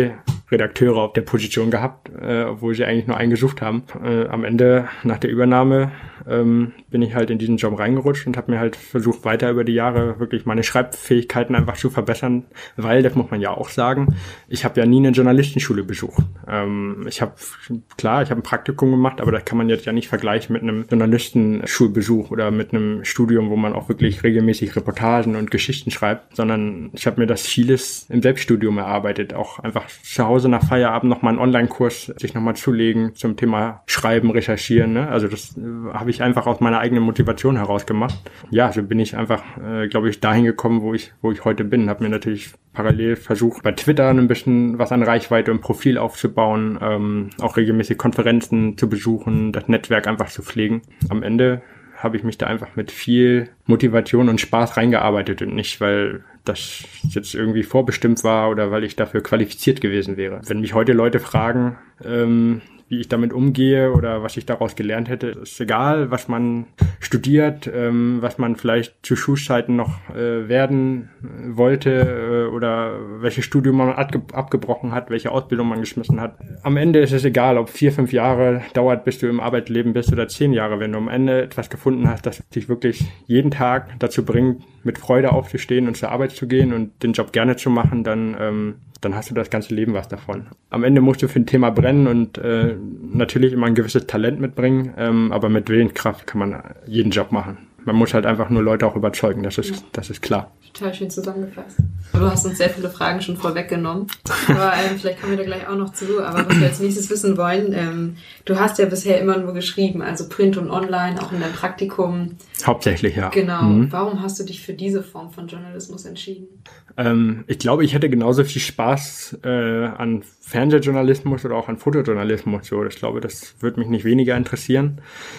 Speaker 1: Redakteure auf der Position gehabt, äh, obwohl sie eigentlich nur einen gesucht haben. Äh, am Ende, nach der Übernahme, ähm, bin ich halt in diesen Job reingerutscht und habe mir halt versucht, weiter über die Jahre wirklich meine Schreibfähigkeiten einfach zu verbessern, weil, das muss man ja auch sagen, ich habe ja nie eine Journalistenschule besucht. Ähm, ich habe, klar, ich habe ein Praktikum gemacht, aber das kann man jetzt ja nicht vergleichen mit einem Journalistenschulbesuch oder mit einem Studium, wo man auch wirklich regelmäßig Reportagen und Geschichten schreibt, sondern ich habe mir das vieles im Selbststudium erarbeitet, auch einfach zu Hause nach Feierabend nochmal einen Online-Kurs sich nochmal zulegen zum Thema Schreiben, Recherchieren, ne? Also das äh, habe ich einfach aus meiner eigenen Motivation heraus gemacht. Ja, so bin ich einfach, äh, glaube ich, dahin gekommen, wo ich wo ich heute bin. Habe mir natürlich parallel versucht, bei Twitter ein bisschen was an Reichweite und Profil aufzubauen, ähm, auch regelmäßig Konferenzen zu besuchen, das Netzwerk einfach zu pflegen. Am Ende habe ich mich da einfach mit viel Motivation und Spaß reingearbeitet und nicht, weil das jetzt irgendwie vorbestimmt war oder weil ich dafür qualifiziert gewesen wäre. Wenn mich heute Leute fragen, ähm, wie ich damit umgehe oder was ich daraus gelernt hätte, ist egal, was man studiert, ähm, was man vielleicht zu Schulzeiten noch äh, werden wollte äh, oder welches Studium man abge- abgebrochen hat, welche Ausbildung man geschmissen hat. Am Ende ist es egal, ob vier, fünf Jahre dauert, bis du im Arbeitsleben bist oder zehn Jahre. Wenn du am Ende etwas gefunden hast, das dich wirklich jeden Tag dazu bringt, mit Freude aufzustehen und zur Arbeit zu gehen und den Job gerne zu machen, dann ähm, dann hast du das ganze Leben was davon. Am Ende musst du für ein Thema brennen und äh, natürlich immer ein gewisses Talent mitbringen, ähm, aber mit Willenskraft kann man jeden Job machen. Man muss halt einfach nur Leute auch überzeugen, das ist, ja. das ist klar.
Speaker 3: Total schön zusammengefasst. Du hast uns sehr viele Fragen schon vorweggenommen, aber ähm, vielleicht kommen wir da gleich auch noch zu. Aber was wir als nächstes wissen wollen, ähm, du hast ja bisher immer nur geschrieben, also Print und Online, auch in deinem Praktikum.
Speaker 1: Hauptsächlich, ja.
Speaker 3: Genau.
Speaker 1: Mhm.
Speaker 3: Warum hast du dich für diese Form von Journalismus entschieden?
Speaker 1: Ähm, ich glaube, ich hätte genauso viel Spaß äh, an Fernsehjournalismus oder auch an Fotojournalismus. So, ich glaube, das würde mich nicht weniger interessieren.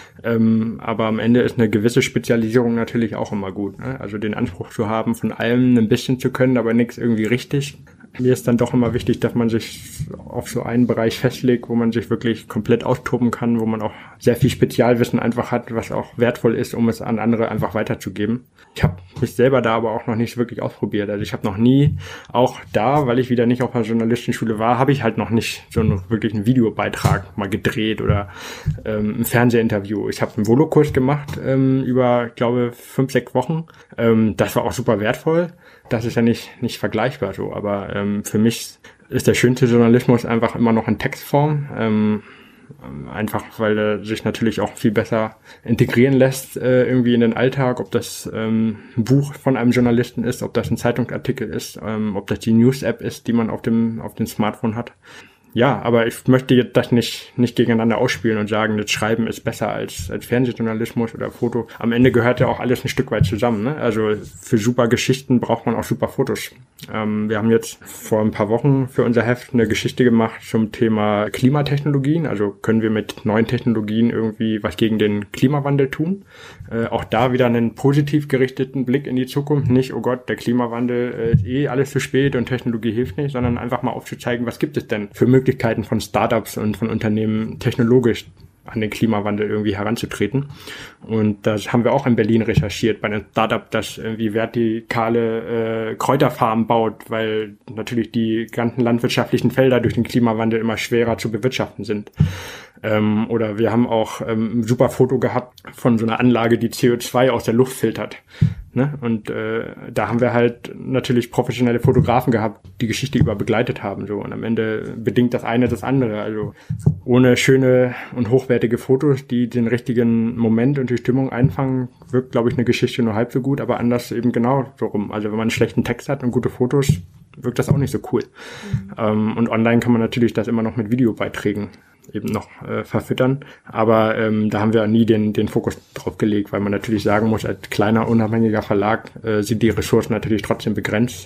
Speaker 1: Ähm, aber am Ende ist eine gewisse Spezialisierung natürlich auch immer gut, ne? Also den Anspruch zu haben, von allem ein bisschen zu können, aber nichts irgendwie richtig. Mir ist dann doch immer wichtig, dass man sich auf so einen Bereich festlegt, wo man sich wirklich komplett austoben kann, wo man auch sehr viel Spezialwissen einfach hat, was auch wertvoll ist, um es an andere einfach weiterzugeben. Ich habe mich selber da aber auch noch nicht wirklich ausprobiert. Also ich habe noch nie, auch da, weil ich wieder nicht auf einer Journalistenschule war, habe ich halt noch nicht so einen wirklichen Videobeitrag mal gedreht oder ähm, ein Fernsehinterview. Ich habe einen Volokurs gemacht ähm, über, ich glaube, fünf, sechs Wochen. Ähm, das war auch super wertvoll. Das ist ja nicht nicht vergleichbar so, aber ähm, für mich ist der schönste Journalismus einfach immer noch in Textform, ähm, einfach weil er sich natürlich auch viel besser integrieren lässt äh, irgendwie in den Alltag, ob das ähm, ein Buch von einem Journalisten ist, ob das ein Zeitungsartikel ist, ähm, ob das die News-App ist, die man auf dem auf dem Smartphone hat. Ja, aber ich möchte jetzt das nicht nicht gegeneinander ausspielen und sagen, das Schreiben ist besser als als Fernsehjournalismus oder Foto. Am Ende gehört ja auch alles ein Stück weit zusammen, ne? Also für super Geschichten braucht man auch super Fotos. Ähm, wir haben jetzt vor ein paar Wochen für unser Heft eine Geschichte gemacht zum Thema Klimatechnologien. Also können wir mit neuen Technologien irgendwie was gegen den Klimawandel tun? Äh, auch da wieder einen positiv gerichteten Blick in die Zukunft. Nicht, oh Gott, der Klimawandel äh, ist eh alles zu spät und Technologie hilft nicht, sondern einfach mal aufzuzeigen, was gibt es denn für Möglichkeiten von Startups und von Unternehmen technologisch an den Klimawandel irgendwie heranzutreten. Und das haben wir auch in Berlin recherchiert bei einem Startup, das irgendwie vertikale äh, Kräuterfarmen baut, weil natürlich die ganzen landwirtschaftlichen Felder durch den Klimawandel immer schwerer zu bewirtschaften sind. Ähm, oder wir haben auch ähm, ein super Foto gehabt von so einer Anlage, die C O zwei aus der Luft filtert. Ne? Und äh, da haben wir halt natürlich professionelle Fotografen gehabt, die Geschichte über begleitet haben. So. Und am Ende bedingt das eine das andere. Also ohne schöne und hochwertige Fotos, die den richtigen Moment und die Stimmung einfangen, wirkt, glaube ich, eine Geschichte nur halb so gut, aber anders eben genau so rum. Also wenn man einen schlechten Text hat und gute Fotos, wirkt das auch nicht so cool. Mhm. Ähm, und online kann man natürlich das immer noch mit Videobeiträgen eben noch äh, verfüttern. Aber ähm, da haben wir nie den den Fokus drauf gelegt, weil man natürlich sagen muss, als kleiner, unabhängiger Verlag äh, sind die Ressourcen natürlich trotzdem begrenzt.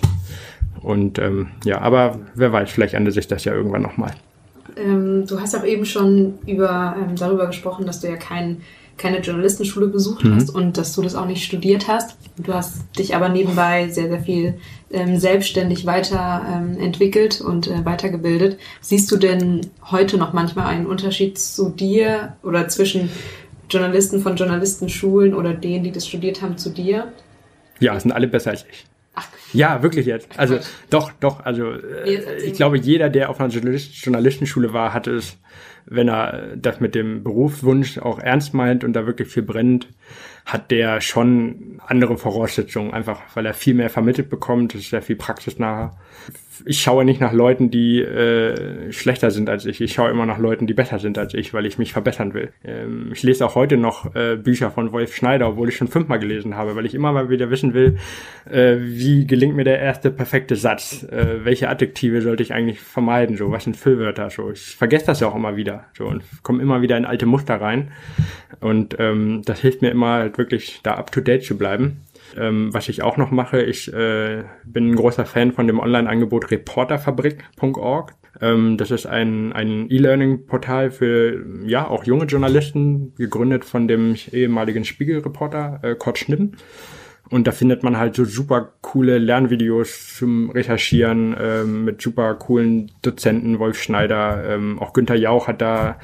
Speaker 1: Und ähm, ja, aber wer weiß, vielleicht ändert sich das ja irgendwann nochmal.
Speaker 3: Ähm, du hast auch eben schon über ähm, darüber gesprochen, dass du ja kein, keine Journalistenschule besucht mhm. hast und dass du das auch nicht studiert hast. Du hast dich aber nebenbei sehr, sehr viel ähm, selbstständig weiter ähm, entwickelt und äh, weitergebildet. Siehst du denn heute noch manchmal einen Unterschied zu dir oder zwischen Journalisten von Journalistenschulen oder denen, die das studiert haben, zu dir?
Speaker 1: Ja, sind alle besser als ich.
Speaker 3: Ach,
Speaker 1: Ja, wirklich jetzt. Also doch, doch. Also äh, ich glaube, jeder, der auf einer Journalist- Journalistenschule war, hatte es, wenn er das mit dem Berufswunsch auch ernst meint und da wirklich viel brennt, hat der schon andere Voraussetzungen, einfach weil er viel mehr vermittelt bekommt, es ist sehr viel praxisnaher. Ich schaue nicht nach Leuten, die äh, schlechter sind als ich. Ich schaue immer nach Leuten, die besser sind als ich, weil ich mich verbessern will. Ähm, ich lese auch heute noch äh, Bücher von Wolf Schneider, obwohl ich schon fünfmal gelesen habe, weil ich immer mal wieder wissen will, äh, wie gelingt mir der erste perfekte Satz? Äh, welche Adjektive sollte ich eigentlich vermeiden? So, was sind Füllwörter? So, ich vergesse das ja auch immer wieder. So, und komme immer wieder in alte Muster rein. Und ähm, das hilft mir immer halt wirklich, da up to date zu bleiben. Ähm, was ich auch noch mache, ich äh, bin ein großer Fan von dem Online-Angebot reporterfabrik punkt org. Ähm, das ist ein ein E-Learning-Portal für ja auch junge Journalisten, gegründet von dem ehemaligen Spiegel-Reporter äh, Kurt Schnippen. Und da findet man halt so super coole Lernvideos zum Recherchieren ähm, mit super coolen Dozenten, Wolf Schneider, ähm, auch Günther Jauch hat da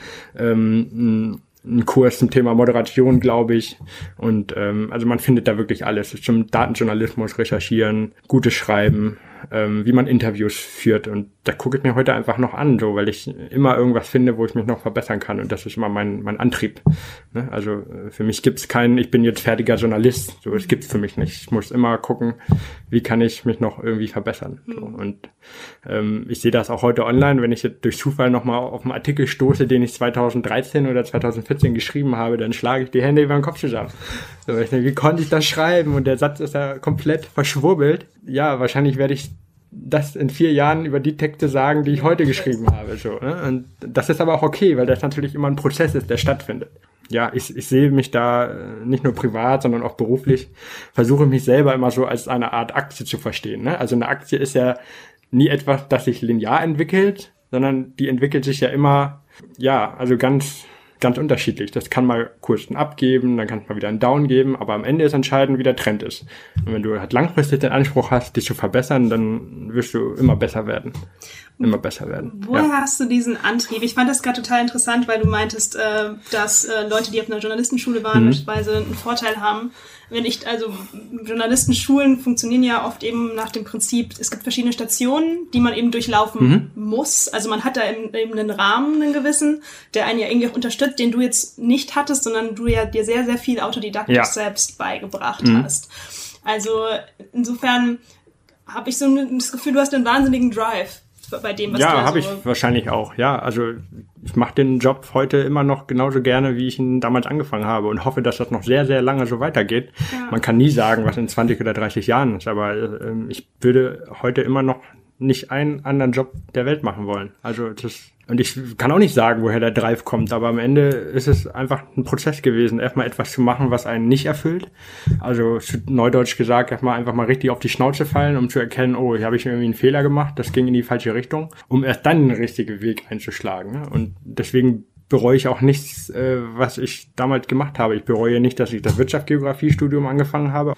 Speaker 1: ähm, ein Kurs zum Thema Moderation, glaube ich. Und ähm, also man findet da wirklich alles. Zum Datenjournalismus, Recherchieren, gutes Schreiben, ähm, wie man Interviews führt. Und da gucke ich mir heute einfach noch an, so, weil ich immer irgendwas finde, wo ich mich noch verbessern kann. Und das ist immer mein mein Antrieb. Ne? Also für mich gibt's keinen, ich bin jetzt fertiger Journalist. So, es gibt's für mich nicht. Ich muss immer gucken, wie kann ich mich noch irgendwie verbessern. So. Und ähm, ich sehe das auch heute online, wenn ich jetzt durch Zufall nochmal auf einen Artikel stoße, den ich zweitausenddreizehn oder zweitausendvierzehn geschrieben habe, dann schlage ich die Hände über den Kopf zusammen. So, ich denke, wie konnte ich das schreiben? Und der Satz ist ja komplett verschwurbelt. Ja, wahrscheinlich werde ich das in vier Jahren über die Texte sagen, die ich heute geschrieben habe. So, ne? Und das ist aber auch okay, weil das natürlich immer ein Prozess ist, der stattfindet. Ja, ich, ich sehe mich da nicht nur privat, sondern auch beruflich, versuche mich selber immer so als eine Art Aktie zu verstehen. Ne? Also eine Aktie ist ja nie etwas, das sich linear entwickelt, sondern die entwickelt sich ja immer, ja, also ganz ganz unterschiedlich. Das kann mal kurz einen Up geben, dann kann es mal wieder einen Down geben, aber am Ende ist entscheidend, wie der Trend ist. Und wenn du halt langfristig den Anspruch hast, dich zu verbessern, dann wirst du immer besser werden. Immer besser werden.
Speaker 2: Woher
Speaker 1: ja.
Speaker 2: hast du diesen Antrieb? Ich fand das gerade total interessant, weil du meintest, äh, dass äh, Leute, die auf einer Journalistenschule waren, mhm. beispielsweise einen Vorteil haben. Wenn ich, also Journalistenschulen funktionieren ja oft eben nach dem Prinzip, es gibt verschiedene Stationen, die man eben durchlaufen mhm. muss. Also man hat da eben, eben einen Rahmen, einen gewissen, der einen ja irgendwie auch unterstützt, den du jetzt nicht hattest, sondern du ja dir sehr, sehr viel autodidaktisch ja. selbst beigebracht mhm. hast. Also insofern habe ich so das Gefühl, du hast einen wahnsinnigen Drive bei dem, was
Speaker 1: ja,
Speaker 2: du
Speaker 1: habe
Speaker 2: so
Speaker 1: ich wahrscheinlich auch. Ja, also ich mache den Job heute immer noch genauso gerne, wie ich ihn damals angefangen habe und hoffe, dass das noch sehr, sehr lange so weitergeht. Ja. Man kann nie sagen, was in zwanzig oder dreißig Jahren ist, aber äh, ich würde heute immer noch nicht einen anderen Job der Welt machen wollen. Also das, und ich kann auch nicht sagen, woher der Drive kommt, aber am Ende ist es einfach ein Prozess gewesen, erstmal etwas zu machen, was einen nicht erfüllt. Also neudeutsch gesagt, erstmal einfach mal richtig auf die Schnauze fallen, um zu erkennen, oh, hier habe ich irgendwie einen Fehler gemacht, das ging in die falsche Richtung, um erst dann den richtigen Weg einzuschlagen. Und deswegen bereue ich auch nichts, äh, was ich damals gemacht habe. Ich bereue nicht, dass ich das Wirtschaftsgeografiestudium angefangen habe,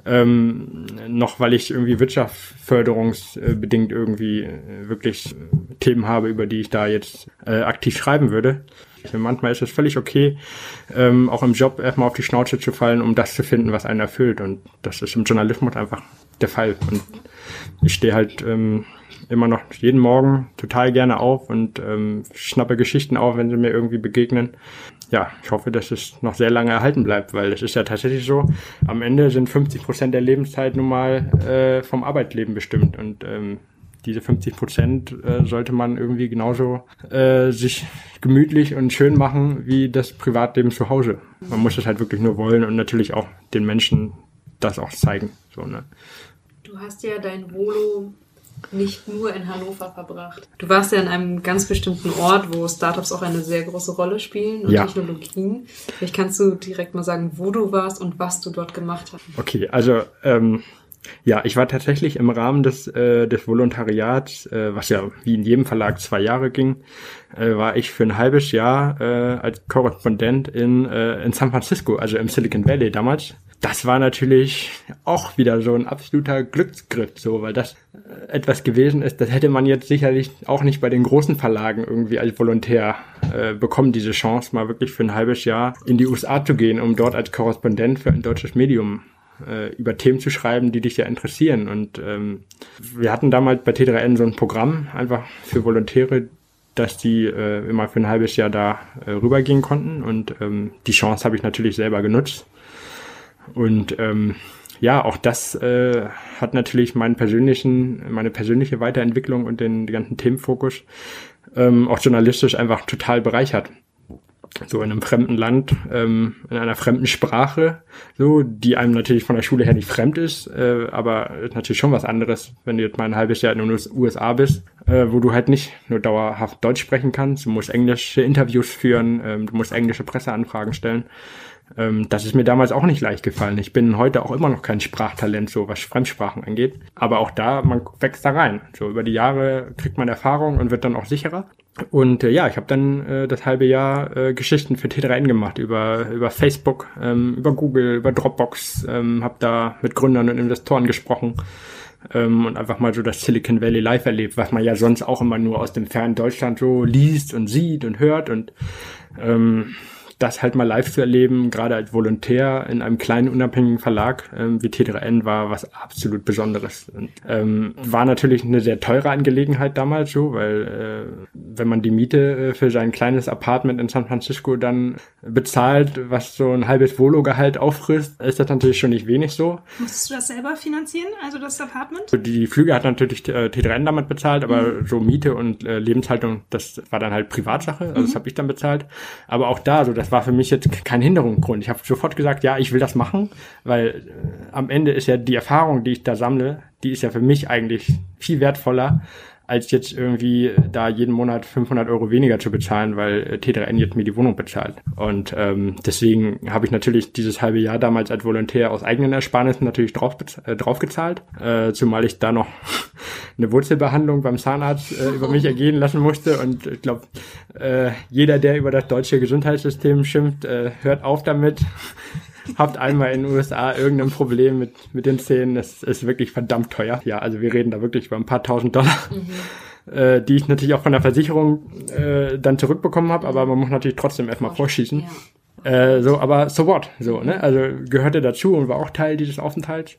Speaker 1: ähm, noch weil ich irgendwie wirtschaftsförderungsbedingt irgendwie äh, wirklich äh, Themen habe, über die ich da jetzt äh, aktiv schreiben würde. Also manchmal ist es völlig okay, ähm, auch im Job erstmal auf die Schnauze zu fallen, um das zu finden, was einen erfüllt. Und das ist im Journalismus einfach der Fall. Und ich stehe halt ähm, immer noch jeden Morgen total gerne auf und ähm, schnappe Geschichten auf, wenn sie mir irgendwie begegnen. Ja, ich hoffe, dass es noch sehr lange erhalten bleibt, weil es ist ja tatsächlich so, am Ende sind fünfzig Prozent der Lebenszeit nun mal äh, vom Arbeitsleben bestimmt und ähm, diese fünfzig Prozent äh, sollte man irgendwie genauso äh, sich gemütlich und schön machen wie das Privatleben zu Hause. Man muss es halt wirklich nur wollen und natürlich auch den Menschen das auch zeigen. So, ne?
Speaker 3: Du hast ja dein Volo nicht nur in Hannover verbracht. Du warst ja in einem ganz bestimmten Ort, wo Startups auch eine sehr große Rolle spielen und ja. Technologien. Vielleicht kannst du direkt mal sagen, wo du warst und was du dort gemacht hast.
Speaker 1: Okay, also ähm, ja, ich war tatsächlich im Rahmen des äh, des Volontariats, äh, was ja wie in jedem Verlag zwei Jahre ging, äh, war ich für ein halbes Jahr äh, als Korrespondent in äh, in San Francisco, also im Silicon Valley damals. Das war natürlich auch wieder so ein absoluter Glücksgriff, so, weil das etwas gewesen ist, das hätte man jetzt sicherlich auch nicht bei den großen Verlagen irgendwie als Volontär äh, bekommen, diese Chance, mal wirklich für ein halbes Jahr in die U S A zu gehen, um dort als Korrespondent für ein deutsches Medium äh, über Themen zu schreiben, die dich ja interessieren. Und ähm, wir hatten damals bei T drei N so ein Programm einfach für Volontäre, dass die äh, immer für ein halbes Jahr da äh, rübergehen konnten. Und ähm, die Chance habe ich natürlich selber genutzt. Und ähm, ja, auch das äh, hat natürlich meinen persönlichen, meine persönliche Weiterentwicklung und den, den ganzen Themenfokus ähm, auch journalistisch einfach total bereichert. So in einem fremden Land, ähm, in einer fremden Sprache, so, die einem natürlich von der Schule her nicht fremd ist, äh, aber ist natürlich schon was anderes, wenn du jetzt mal ein halbes Jahr in den U S A bist, äh, wo du halt nicht nur dauerhaft Deutsch sprechen kannst, du musst englische Interviews führen, ähm, du musst englische Presseanfragen stellen. Ähm, das ist mir damals auch nicht leicht gefallen. Ich bin heute auch immer noch kein Sprachtalent, so was Fremdsprachen angeht. Aber auch da, man wächst da rein. So über die Jahre kriegt man Erfahrung und wird dann auch sicherer. Und äh, ja, ich habe dann äh, das halbe Jahr äh, Geschichten für T drei N gemacht, über über Facebook, ähm, über Google, über Dropbox, ähm, habe da mit Gründern und Investoren gesprochen ähm, und einfach mal so das Silicon Valley live erlebt, was man ja sonst auch immer nur aus dem fernen Deutschland so liest und sieht und hört und ähm, das halt mal live zu erleben, gerade als Volontär in einem kleinen, unabhängigen Verlag ähm, wie T drei N, war was absolut Besonderes. Und, ähm, war natürlich eine sehr teure Angelegenheit damals so, weil äh, wenn man die Miete äh, für sein kleines Apartment in San Francisco dann bezahlt, was so ein halbes Volo-Gehalt auffrisst, ist das natürlich schon nicht wenig so.
Speaker 2: Musstest du das selber finanzieren, also das Apartment?
Speaker 1: Die Flüge hat natürlich äh, T drei N damit bezahlt, aber mhm. so Miete und äh, Lebenshaltung, das war dann halt Privatsache, also mhm. das habe ich dann bezahlt. Aber auch da, so das war für mich jetzt kein Hinderungsgrund. Ich habe sofort gesagt, ja, ich will das machen, weil äh, am Ende ist ja die Erfahrung, die ich da sammle, die ist ja für mich eigentlich viel wertvoller, als jetzt irgendwie da jeden Monat fünfhundert Euro weniger zu bezahlen, weil T drei N jetzt mir die Wohnung bezahlt. Und ähm, deswegen habe ich natürlich dieses halbe Jahr damals als Volontär aus eigenen Ersparnissen natürlich drauf, äh, draufgezahlt, äh, zumal ich da noch eine Wurzelbehandlung beim Zahnarzt äh, über mich ergehen lassen musste. Und ich glaube, äh, jeder, der über das deutsche Gesundheitssystem schimpft, äh, hört auf damit. Habt einmal in den U S A irgendein Problem mit mit den Zähnen, das ist wirklich verdammt teuer. Ja, also wir reden da wirklich über ein paar tausend Dollar, mhm. äh, die ich natürlich auch von der Versicherung äh, dann zurückbekommen habe, aber man muss natürlich trotzdem erstmal vorschießen. Ja. Äh, so, aber so what? So, ne? Also gehörte dazu und war auch Teil dieses Aufenthalts.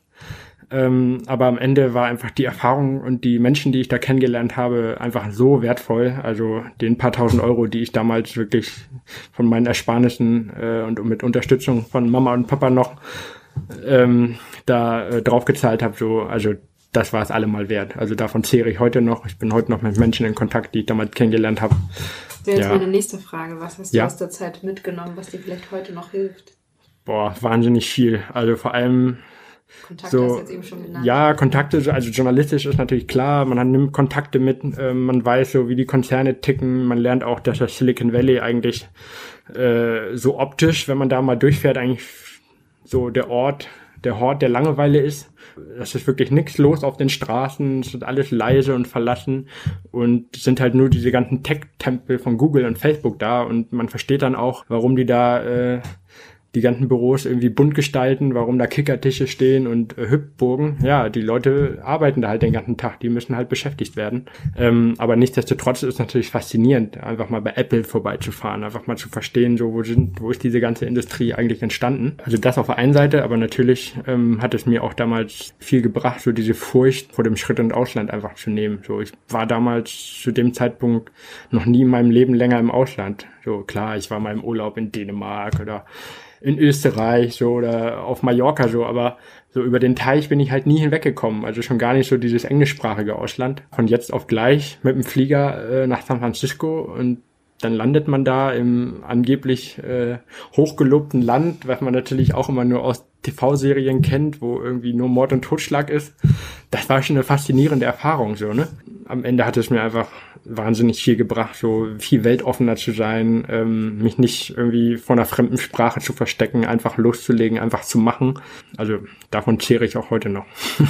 Speaker 1: Ähm, aber am Ende war einfach die Erfahrung und die Menschen, die ich da kennengelernt habe, einfach so wertvoll. Also den paar tausend Euro, die ich damals wirklich von meinen Ersparnissen äh, und mit Unterstützung von Mama und Papa noch ähm, da äh, draufgezahlt habe, so, also das war es allemal wert. Also davon zehre ich heute noch. Ich bin heute noch mit Menschen in Kontakt, die ich damals kennengelernt habe.
Speaker 3: Das wäre jetzt ja. meine nächste Frage. Was hast du ja. aus der Zeit mitgenommen, was dir vielleicht heute noch hilft?
Speaker 1: Boah, wahnsinnig viel. Also vor allem
Speaker 3: Kontakte
Speaker 1: so,
Speaker 3: hast du jetzt eben schon genannt.
Speaker 1: Ja, Kontakte, also journalistisch ist natürlich klar, man hat, nimmt Kontakte mit, äh, man weiß so, wie die Konzerne ticken, man lernt auch, dass das Silicon Valley eigentlich äh, so optisch, wenn man da mal durchfährt, eigentlich so der Ort, der Hort der Langeweile ist. Es ist wirklich nichts los auf den Straßen, es ist alles leise und verlassen und es sind halt nur diese ganzen Tech-Tempel von Google und Facebook da und man versteht dann auch, warum die da äh, die ganzen Büros irgendwie bunt gestalten, warum da Kickertische stehen und äh, Hüpfburgen. Ja, die Leute arbeiten da halt den ganzen Tag, die müssen halt beschäftigt werden. Ähm, aber nichtsdestotrotz ist es natürlich faszinierend, einfach mal bei Apple vorbeizufahren, einfach mal zu verstehen, so wo sind, wo ist diese ganze Industrie eigentlich entstanden. Also das auf der einen Seite, aber natürlich ähm, hat es mir auch damals viel gebracht, so diese Furcht vor dem Schritt ins Ausland einfach zu nehmen. So, ich war damals zu dem Zeitpunkt noch nie in meinem Leben länger im Ausland. So, klar, ich war mal im Urlaub in Dänemark oder in Österreich so oder auf Mallorca so, aber so über den Teich bin ich halt nie hinweggekommen, also schon gar nicht so dieses englischsprachige Ausland. Von jetzt auf gleich mit dem Flieger äh, nach San Francisco und dann landet man da im angeblich äh, hochgelobten Land, was man natürlich auch immer nur aus T V-Serien kennt, wo irgendwie nur Mord und Totschlag ist. Das war schon eine faszinierende Erfahrung, so, ne? Am Ende hat es mir einfach wahnsinnig viel gebracht, so viel weltoffener zu sein, ähm, mich nicht irgendwie vor einer fremden Sprache zu verstecken, einfach loszulegen, einfach zu machen. Also davon zehre ich auch heute noch.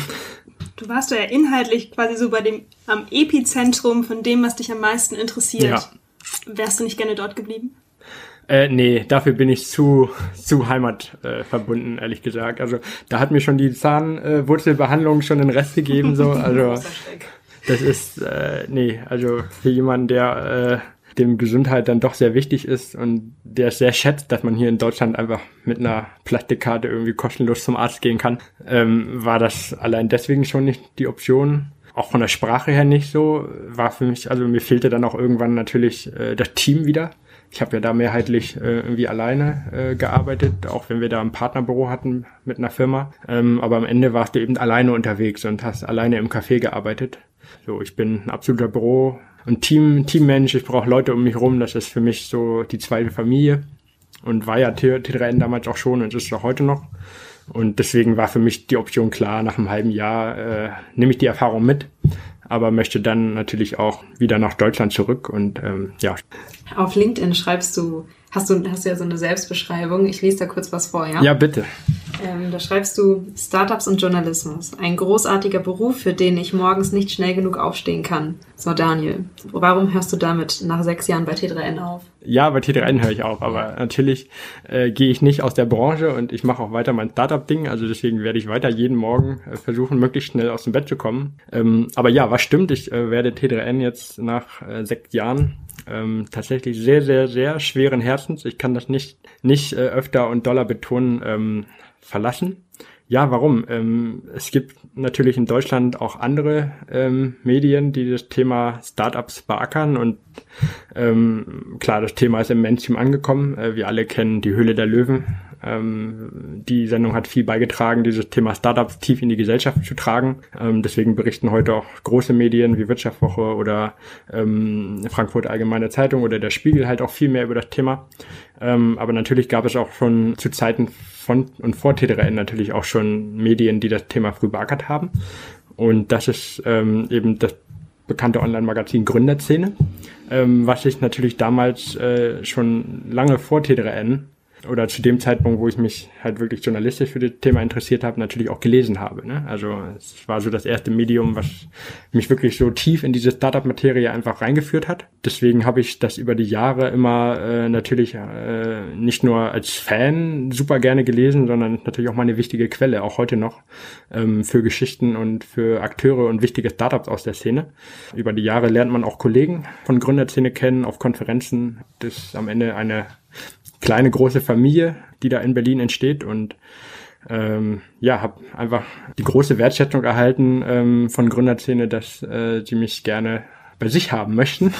Speaker 2: Du warst ja inhaltlich quasi so bei dem am Epizentrum von dem, was dich am meisten interessiert. Ja. Wärst du nicht gerne dort geblieben?
Speaker 1: Äh, nee, dafür bin ich zu zu Heimat äh, verbunden, ehrlich gesagt. Also da hat mir schon die Zahnwurzelbehandlung äh, schon den Rest gegeben, so. Also das ist, äh, nee, also für jemanden, der dem Gesundheit dann doch sehr wichtig ist und der es sehr schätzt, dass man hier in Deutschland einfach mit einer Plastikkarte irgendwie kostenlos zum Arzt gehen kann, ähm, war das allein deswegen schon nicht die Option. Auch von der Sprache her nicht so, war für mich, also mir fehlte dann auch irgendwann natürlich äh, das Team wieder. Ich habe ja da mehrheitlich äh, irgendwie alleine äh, gearbeitet, auch wenn wir da ein Partnerbüro hatten mit einer Firma. Ähm, aber am Ende warst du eben alleine unterwegs und hast alleine im Café gearbeitet. So, ich bin ein absoluter Büro- und Team, Teammensch. Ich brauche Leute um mich rum. Das ist für mich so die zweite Familie. Und war ja T drei N damals auch schon und ist es auch heute noch. Und deswegen war für mich die Option klar, nach einem halben Jahr äh, nehme ich die Erfahrung mit, aber möchte dann natürlich auch wieder nach Deutschland zurück und ähm, ja.
Speaker 3: Auf LinkedIn schreibst du, hast du, hast du ja so eine Selbstbeschreibung, ich lese da kurz was vor, ja?
Speaker 1: Ja, bitte.
Speaker 3: Ähm, da schreibst du, Startups und Journalismus, ein großartiger Beruf, für den ich morgens nicht schnell genug aufstehen kann. So, Daniel, warum hörst du damit nach sechs Jahren bei T drei N auf?
Speaker 1: Ja, bei T drei N höre ich auf, aber natürlich äh, gehe ich nicht aus der Branche und ich mache auch weiter mein Startup-Ding, also deswegen werde ich weiter jeden Morgen äh, versuchen, möglichst schnell aus dem Bett zu kommen. Ähm, aber ja, was stimmt, ich äh, werde T drei N jetzt nach äh, sechs Jahren ähm, tatsächlich sehr, sehr, sehr schweren Herzens, ich kann das nicht, nicht äh, öfter und doller betonen, ähm, verlassen. Ja, warum? Ähm, es gibt natürlich in Deutschland auch andere ähm, Medien, die das Thema Startups beackern und ähm, klar, das Thema ist im Mainstream angekommen. Äh, wir alle kennen die Höhle der Löwen. Ähm, die Sendung hat viel beigetragen, dieses Thema Startups tief in die Gesellschaft zu tragen. Ähm, deswegen berichten heute auch große Medien wie Wirtschaftswoche oder ähm, Frankfurt Allgemeine Zeitung oder der Spiegel halt auch viel mehr über das Thema. Ähm, aber natürlich gab es auch schon zu Zeiten von und vor T drei N natürlich auch schon Medien, die das Thema früh beackert haben. Und das ist ähm, eben das bekannte Online-Magazin Gründerszene, ähm, was ich natürlich damals äh, schon lange vor T drei N oder zu dem Zeitpunkt, wo ich mich halt wirklich journalistisch für das Thema interessiert habe, natürlich auch gelesen habe. Ne? Also es war so das erste Medium, was mich wirklich so tief in diese Startup-Materie einfach reingeführt hat. Deswegen habe ich das über die Jahre immer äh, natürlich äh, nicht nur als Fan super gerne gelesen, sondern natürlich auch mal eine wichtige Quelle, auch heute noch, ähm, für Geschichten und für Akteure und wichtige Startups aus der Szene. Über die Jahre lernt man auch Kollegen von Gründerszene kennen, auf Konferenzen. Das ist am Ende eine kleine, große Familie, die da in Berlin entsteht und ähm, ja, habe einfach die große Wertschätzung erhalten ähm, von Gründerszene, dass äh, sie mich gerne bei sich haben möchten.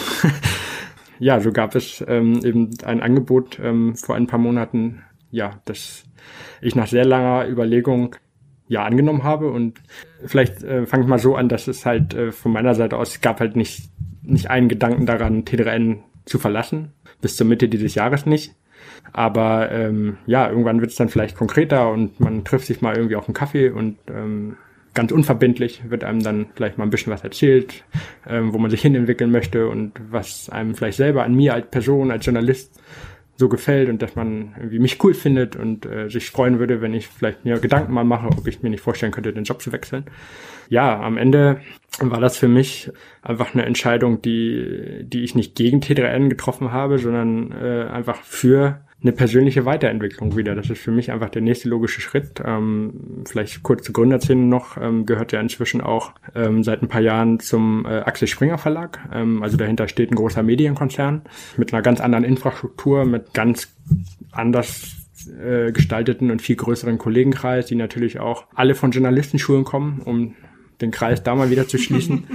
Speaker 1: Ja, so gab es ähm, eben ein Angebot ähm, vor ein paar Monaten, ja, das ich nach sehr langer Überlegung ja angenommen habe und vielleicht äh, fange ich mal so an, dass es halt äh, von meiner Seite aus, es gab halt nicht, nicht einen Gedanken daran, T drei N zu verlassen, bis zur Mitte dieses Jahres nicht. Aber ähm, ja, irgendwann wird es dann vielleicht konkreter und man trifft sich mal irgendwie auf einen Kaffee und ähm, ganz unverbindlich wird einem dann vielleicht mal ein bisschen was erzählt, ähm, wo man sich hinentwickeln möchte und was einem vielleicht selber an mir als Person, als Journalist so gefällt und dass man irgendwie mich cool findet und äh, sich freuen würde, wenn ich vielleicht mir Gedanken mal mache, ob ich mir nicht vorstellen könnte, den Job zu wechseln. Ja, am Ende war das für mich einfach eine Entscheidung, die die ich nicht gegen T drei N getroffen habe, sondern äh, einfach für eine persönliche Weiterentwicklung wieder. Das ist für mich einfach der nächste logische Schritt. Ähm, vielleicht kurz zur Gründerszene noch, ähm, gehört ja inzwischen auch ähm, seit ein paar Jahren zum äh, Axel Springer Verlag. Ähm, also dahinter steht ein großer Medienkonzern mit einer ganz anderen Infrastruktur, mit ganz anders äh, gestalteten und viel größeren Kollegenkreis, die natürlich auch alle von Journalistenschulen kommen, um den Kreis da mal wieder zu schließen.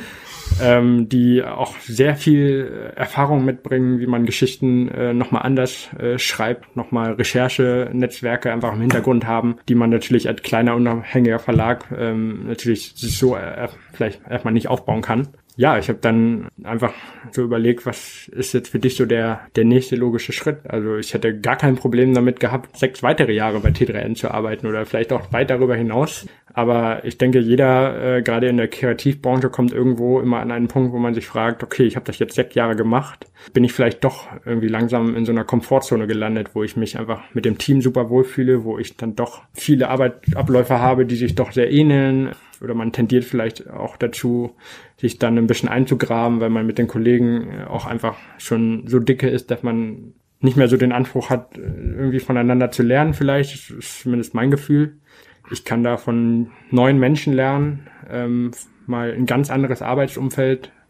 Speaker 1: Ähm, die auch sehr viel Erfahrung mitbringen, wie man Geschichten äh, nochmal anders äh, schreibt, nochmal Recherchenetzwerke einfach im Hintergrund haben, die man natürlich als kleiner unabhängiger Verlag ähm, natürlich so äh, vielleicht erstmal nicht aufbauen kann. Ja, ich habe dann einfach so überlegt, was ist jetzt für dich so der der nächste logische Schritt? Also ich hätte gar kein Problem damit gehabt, sechs weitere Jahre bei T drei N zu arbeiten oder vielleicht auch weit darüber hinaus. Aber ich denke, jeder, äh, gerade in der Kreativbranche, kommt irgendwo immer an einen Punkt, wo man sich fragt, okay, ich habe das jetzt sechs Jahre gemacht, bin ich vielleicht doch irgendwie langsam in so einer Komfortzone gelandet, wo ich mich einfach mit dem Team super wohlfühle, wo ich dann doch viele Arbeitsabläufe habe, die sich doch sehr ähneln. Oder man tendiert vielleicht auch dazu, sich dann ein bisschen einzugraben, weil man mit den Kollegen auch einfach schon so dicke ist, dass man nicht mehr so den Anspruch hat, irgendwie voneinander zu lernen vielleicht. Das ist zumindest mein Gefühl. Ich kann da von neuen Menschen lernen, ähm, mal ein ganz anderes Arbeitsumfeld,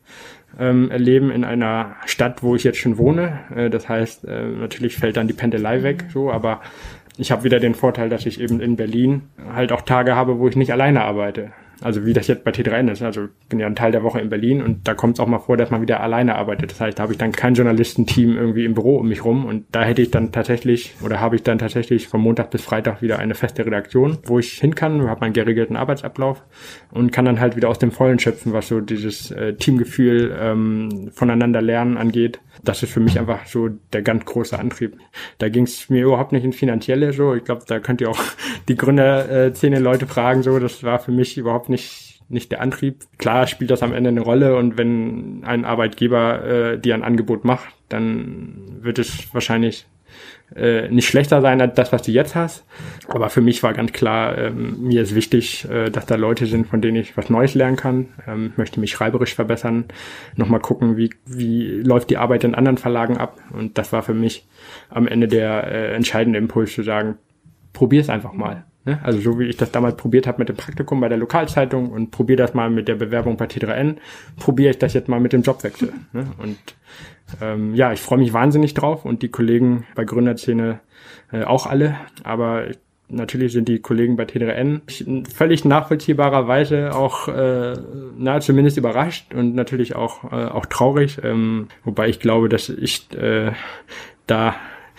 Speaker 1: ähm, erleben in einer Stadt, wo ich jetzt schon wohne. Äh, das heißt, äh, natürlich fällt dann die Pendelei weg, so, aber ich habe wieder den Vorteil, dass ich eben in Berlin halt auch Tage habe, wo ich nicht alleine arbeite. Also wie das jetzt bei T drei N ist. Also ich bin ja einen Teil der Woche in Berlin und da kommt es auch mal vor, dass man wieder alleine arbeitet. Das heißt, da habe ich dann kein Journalistenteam irgendwie im Büro um mich rum und da hätte ich dann tatsächlich oder habe ich dann tatsächlich von Montag bis Freitag wieder eine feste Redaktion, wo ich hin kann, habe meinen geregelten Arbeitsablauf und kann dann halt wieder aus dem Vollen schöpfen, was so dieses äh, Teamgefühl, ähm, voneinander lernen angeht. Das ist für mich einfach so der ganz große Antrieb. Da ging es mir überhaupt nicht in Finanzielle so. Ich glaube, da könnt ihr auch die Gründerszene Leute fragen so. Das war für mich überhaupt nicht nicht der Antrieb. Klar spielt das am Ende eine Rolle und wenn ein Arbeitgeber äh, dir ein Angebot macht, dann wird es wahrscheinlich äh, nicht schlechter sein als das, was du jetzt hast. Aber für mich war ganz klar, ähm, mir ist wichtig, äh, dass da Leute sind, von denen ich was Neues lernen kann. Ähm, ich möchte mich schreiberisch verbessern, nochmal gucken, wie wie läuft die Arbeit in anderen Verlagen ab. Und das war für mich am Ende der äh, entscheidende Impuls zu sagen, probier es einfach mal. Ne? Also so wie ich das damals probiert habe mit dem Praktikum bei der Lokalzeitung und probiere das mal mit der Bewerbung bei T drei N, probiere ich das jetzt mal mit dem Jobwechsel. Ne? Und ähm, ja, ich freue mich wahnsinnig drauf und die Kollegen bei Gründerszene äh, auch alle, aber ich, natürlich sind die Kollegen bei T drei N völlig nachvollziehbarerweise auch äh, na zumindest überrascht und natürlich auch äh, auch traurig, ähm, wobei ich glaube, dass ich äh, da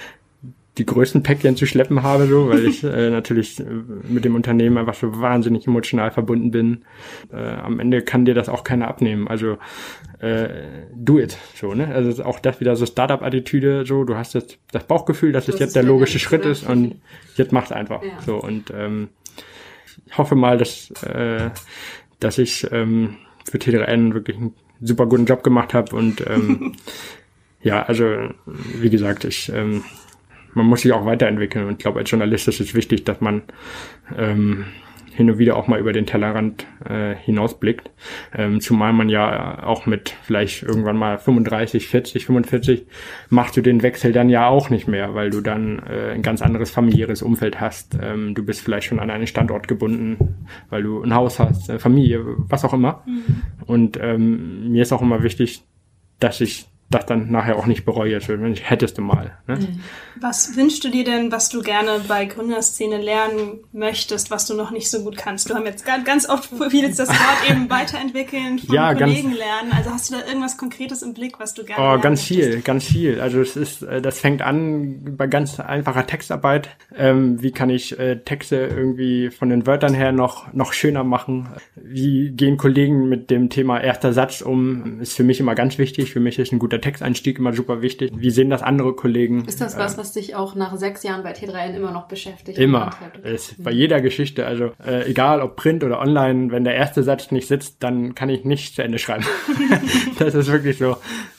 Speaker 1: die größten Päckchen zu schleppen habe, so, weil ich äh, natürlich mit dem Unternehmen einfach so wahnsinnig emotional verbunden bin. Äh, am Ende kann dir das auch keiner abnehmen. Also äh, do it, so, ne? Also auch das wieder so Startup-Attitüde, so, du hast jetzt das Bauchgefühl, dass es jetzt der logische Schritt ist und jetzt mach's einfach. Ja. So, und ähm, ich hoffe mal, dass äh, dass ich ähm, für T drei N wirklich einen super guten Job gemacht habe und ähm, ja, also wie gesagt, ich ähm, man muss sich auch weiterentwickeln und ich glaube, als Journalist ist es wichtig, dass man ähm, hin und wieder auch mal über den Tellerrand äh, hinausblickt, ähm, zumal man ja auch mit vielleicht irgendwann mal fünfunddreißig, vierzig, fünfundvierzig machst du den Wechsel dann ja auch nicht mehr, weil du dann äh, ein ganz anderes familiäres Umfeld hast, ähm, du bist vielleicht schon an einen Standort gebunden, weil du ein Haus hast, eine Familie, was auch immer. Mhm. Und ähm, mir ist auch immer wichtig, dass ich das dann nachher auch nicht bereue, wenn ich hättest du mal. Ne?
Speaker 2: Was wünschst du dir denn, was du gerne bei Gründerszene lernen möchtest, was du noch nicht so gut kannst? Du hast jetzt ganz oft viel jetzt das Wort eben weiterentwickeln, von
Speaker 1: ja,
Speaker 2: Kollegen
Speaker 1: ganz,
Speaker 2: lernen. Also hast du da irgendwas Konkretes im Blick, was du gerne
Speaker 1: oh,
Speaker 2: lernen
Speaker 1: ganz
Speaker 2: möchtest?
Speaker 1: viel, ganz viel. Also es ist, das fängt an bei ganz einfacher Textarbeit. Ähm, wie kann ich äh, Texte irgendwie von den Wörtern her noch noch schöner machen? Wie gehen Kollegen mit dem Thema erster Satz um? Ist für mich immer ganz wichtig. Für mich ist ein guter Texteinstieg immer super wichtig. Wie sehen das andere Kollegen?
Speaker 3: Ist das was, was dich auch nach sechs Jahren bei T drei N immer noch beschäftigt?
Speaker 1: Immer. Ist bei jeder Geschichte, also äh, egal ob Print oder online, wenn der erste Satz nicht sitzt, dann kann ich nicht zu Ende schreiben. Das ist wirklich so.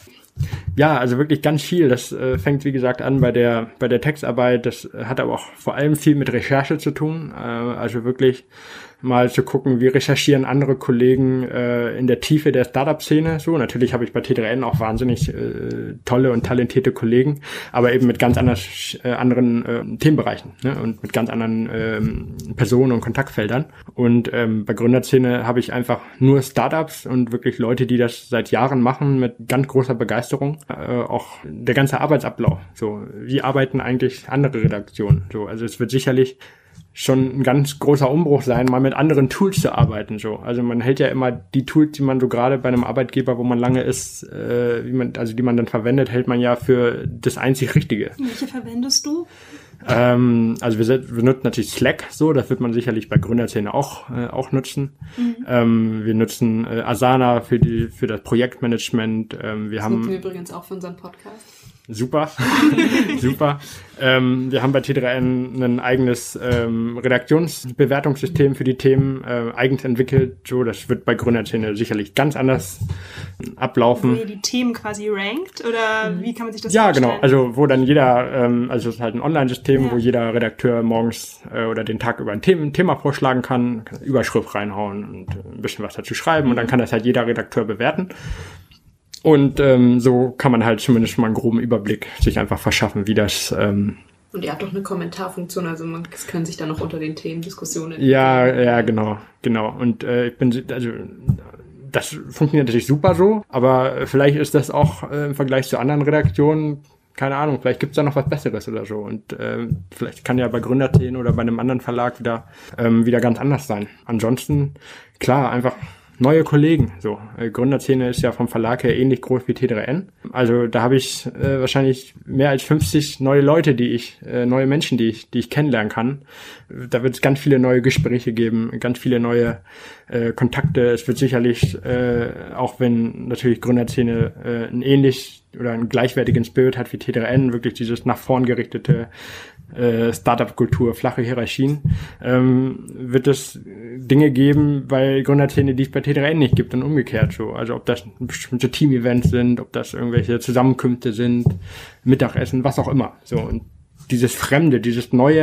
Speaker 1: Ja, also wirklich ganz viel. Das äh, fängt, wie gesagt, an bei der bei der Textarbeit. Das hat aber auch vor allem viel mit Recherche zu tun. Äh, also wirklich mal zu gucken, wie recherchieren andere Kollegen äh, in der Tiefe der Startup-Szene. So, natürlich habe ich bei T drei N auch wahnsinnig äh, tolle und talentierte Kollegen, aber eben mit ganz anders, äh, anderen äh, Themenbereichen, ne? Und mit ganz anderen ähm, Personen und Kontaktfeldern. Und ähm, bei Gründerszene habe ich einfach nur Startups und wirklich Leute, die das seit Jahren machen mit ganz großer Begeisterung. Äh, auch der ganze Arbeitsablauf. So, wie arbeiten eigentlich andere Redaktionen? So, also es wird sicherlich schon ein ganz großer Umbruch sein, mal mit anderen Tools zu arbeiten. So, also man hält ja immer die Tools, die man so gerade bei einem Arbeitgeber, wo man lange ist, äh, wie man, also die man dann verwendet, hält man ja für das einzig Richtige.
Speaker 2: Welche verwendest du?
Speaker 1: Ähm, also wir, wir nutzen natürlich Slack, so, das wird man sicherlich bei Gründerszene auch äh, auch nutzen. Mhm. Ähm, wir nutzen äh, Asana für die für das Projektmanagement. Ähm, wir
Speaker 3: das
Speaker 1: haben
Speaker 3: nutzen wir übrigens auch für unseren Podcast.
Speaker 1: Super, super. Ähm, wir haben bei T drei N ein eigenes ähm, Redaktionsbewertungssystem für die Themen äh, eigens entwickelt. So, das wird bei Gründerszene sicherlich ganz anders ablaufen.
Speaker 2: Wo ihr die Themen quasi rankt oder wie kann man sich das
Speaker 1: ja,
Speaker 2: vorstellen?
Speaker 1: Ja, genau. Also wo dann jeder, ähm, also es ist halt ein Online-System, ja. wo jeder Redakteur morgens äh, oder den Tag über ein Thema, Thema vorschlagen kann, kann Überschrift reinhauen und äh, ein bisschen was dazu schreiben mhm. und dann kann das halt jeder Redakteur bewerten. Und ähm, so kann man halt zumindest mal einen groben Überblick sich einfach verschaffen, wie das... Ähm,
Speaker 3: und ihr habt doch eine Kommentarfunktion, also man es können sich dann noch unter den Themen Diskussionen...
Speaker 1: Ja, ja, genau, genau. Und äh, ich bin, also das funktioniert natürlich super so, aber vielleicht ist das auch äh, im Vergleich zu anderen Redaktionen, keine Ahnung, vielleicht gibt's da noch was Besseres oder so. Und äh, vielleicht kann ja bei Gründerszene oder bei einem anderen Verlag wieder ähm, wieder ganz anders sein. Ansonsten, klar, einfach neue Kollegen. So, äh, Gründerszene ist ja vom Verlag her ähnlich groß wie T drei N. Also da habe ich äh, wahrscheinlich mehr als fünfzig neue Leute, die ich, äh, neue Menschen, die ich, die ich kennenlernen kann. Da wird es ganz viele neue Gespräche geben, ganz viele neue äh, Kontakte. Es wird sicherlich, äh, auch wenn natürlich Gründerszene äh, ein ähnlich oder einen gleichwertigen Spirit hat wie T drei N, wirklich dieses nach vorn gerichtete äh, Startup-Kultur, flache Hierarchien, ähm, wird es Dinge geben bei Gründerszene, die es bei T drei N nicht gibt und umgekehrt so. Also ob das bestimmte Team-Events sind, ob das irgendwelche Zusammenkünfte sind, Mittagessen, was auch immer. So, und dieses Fremde, dieses Neue,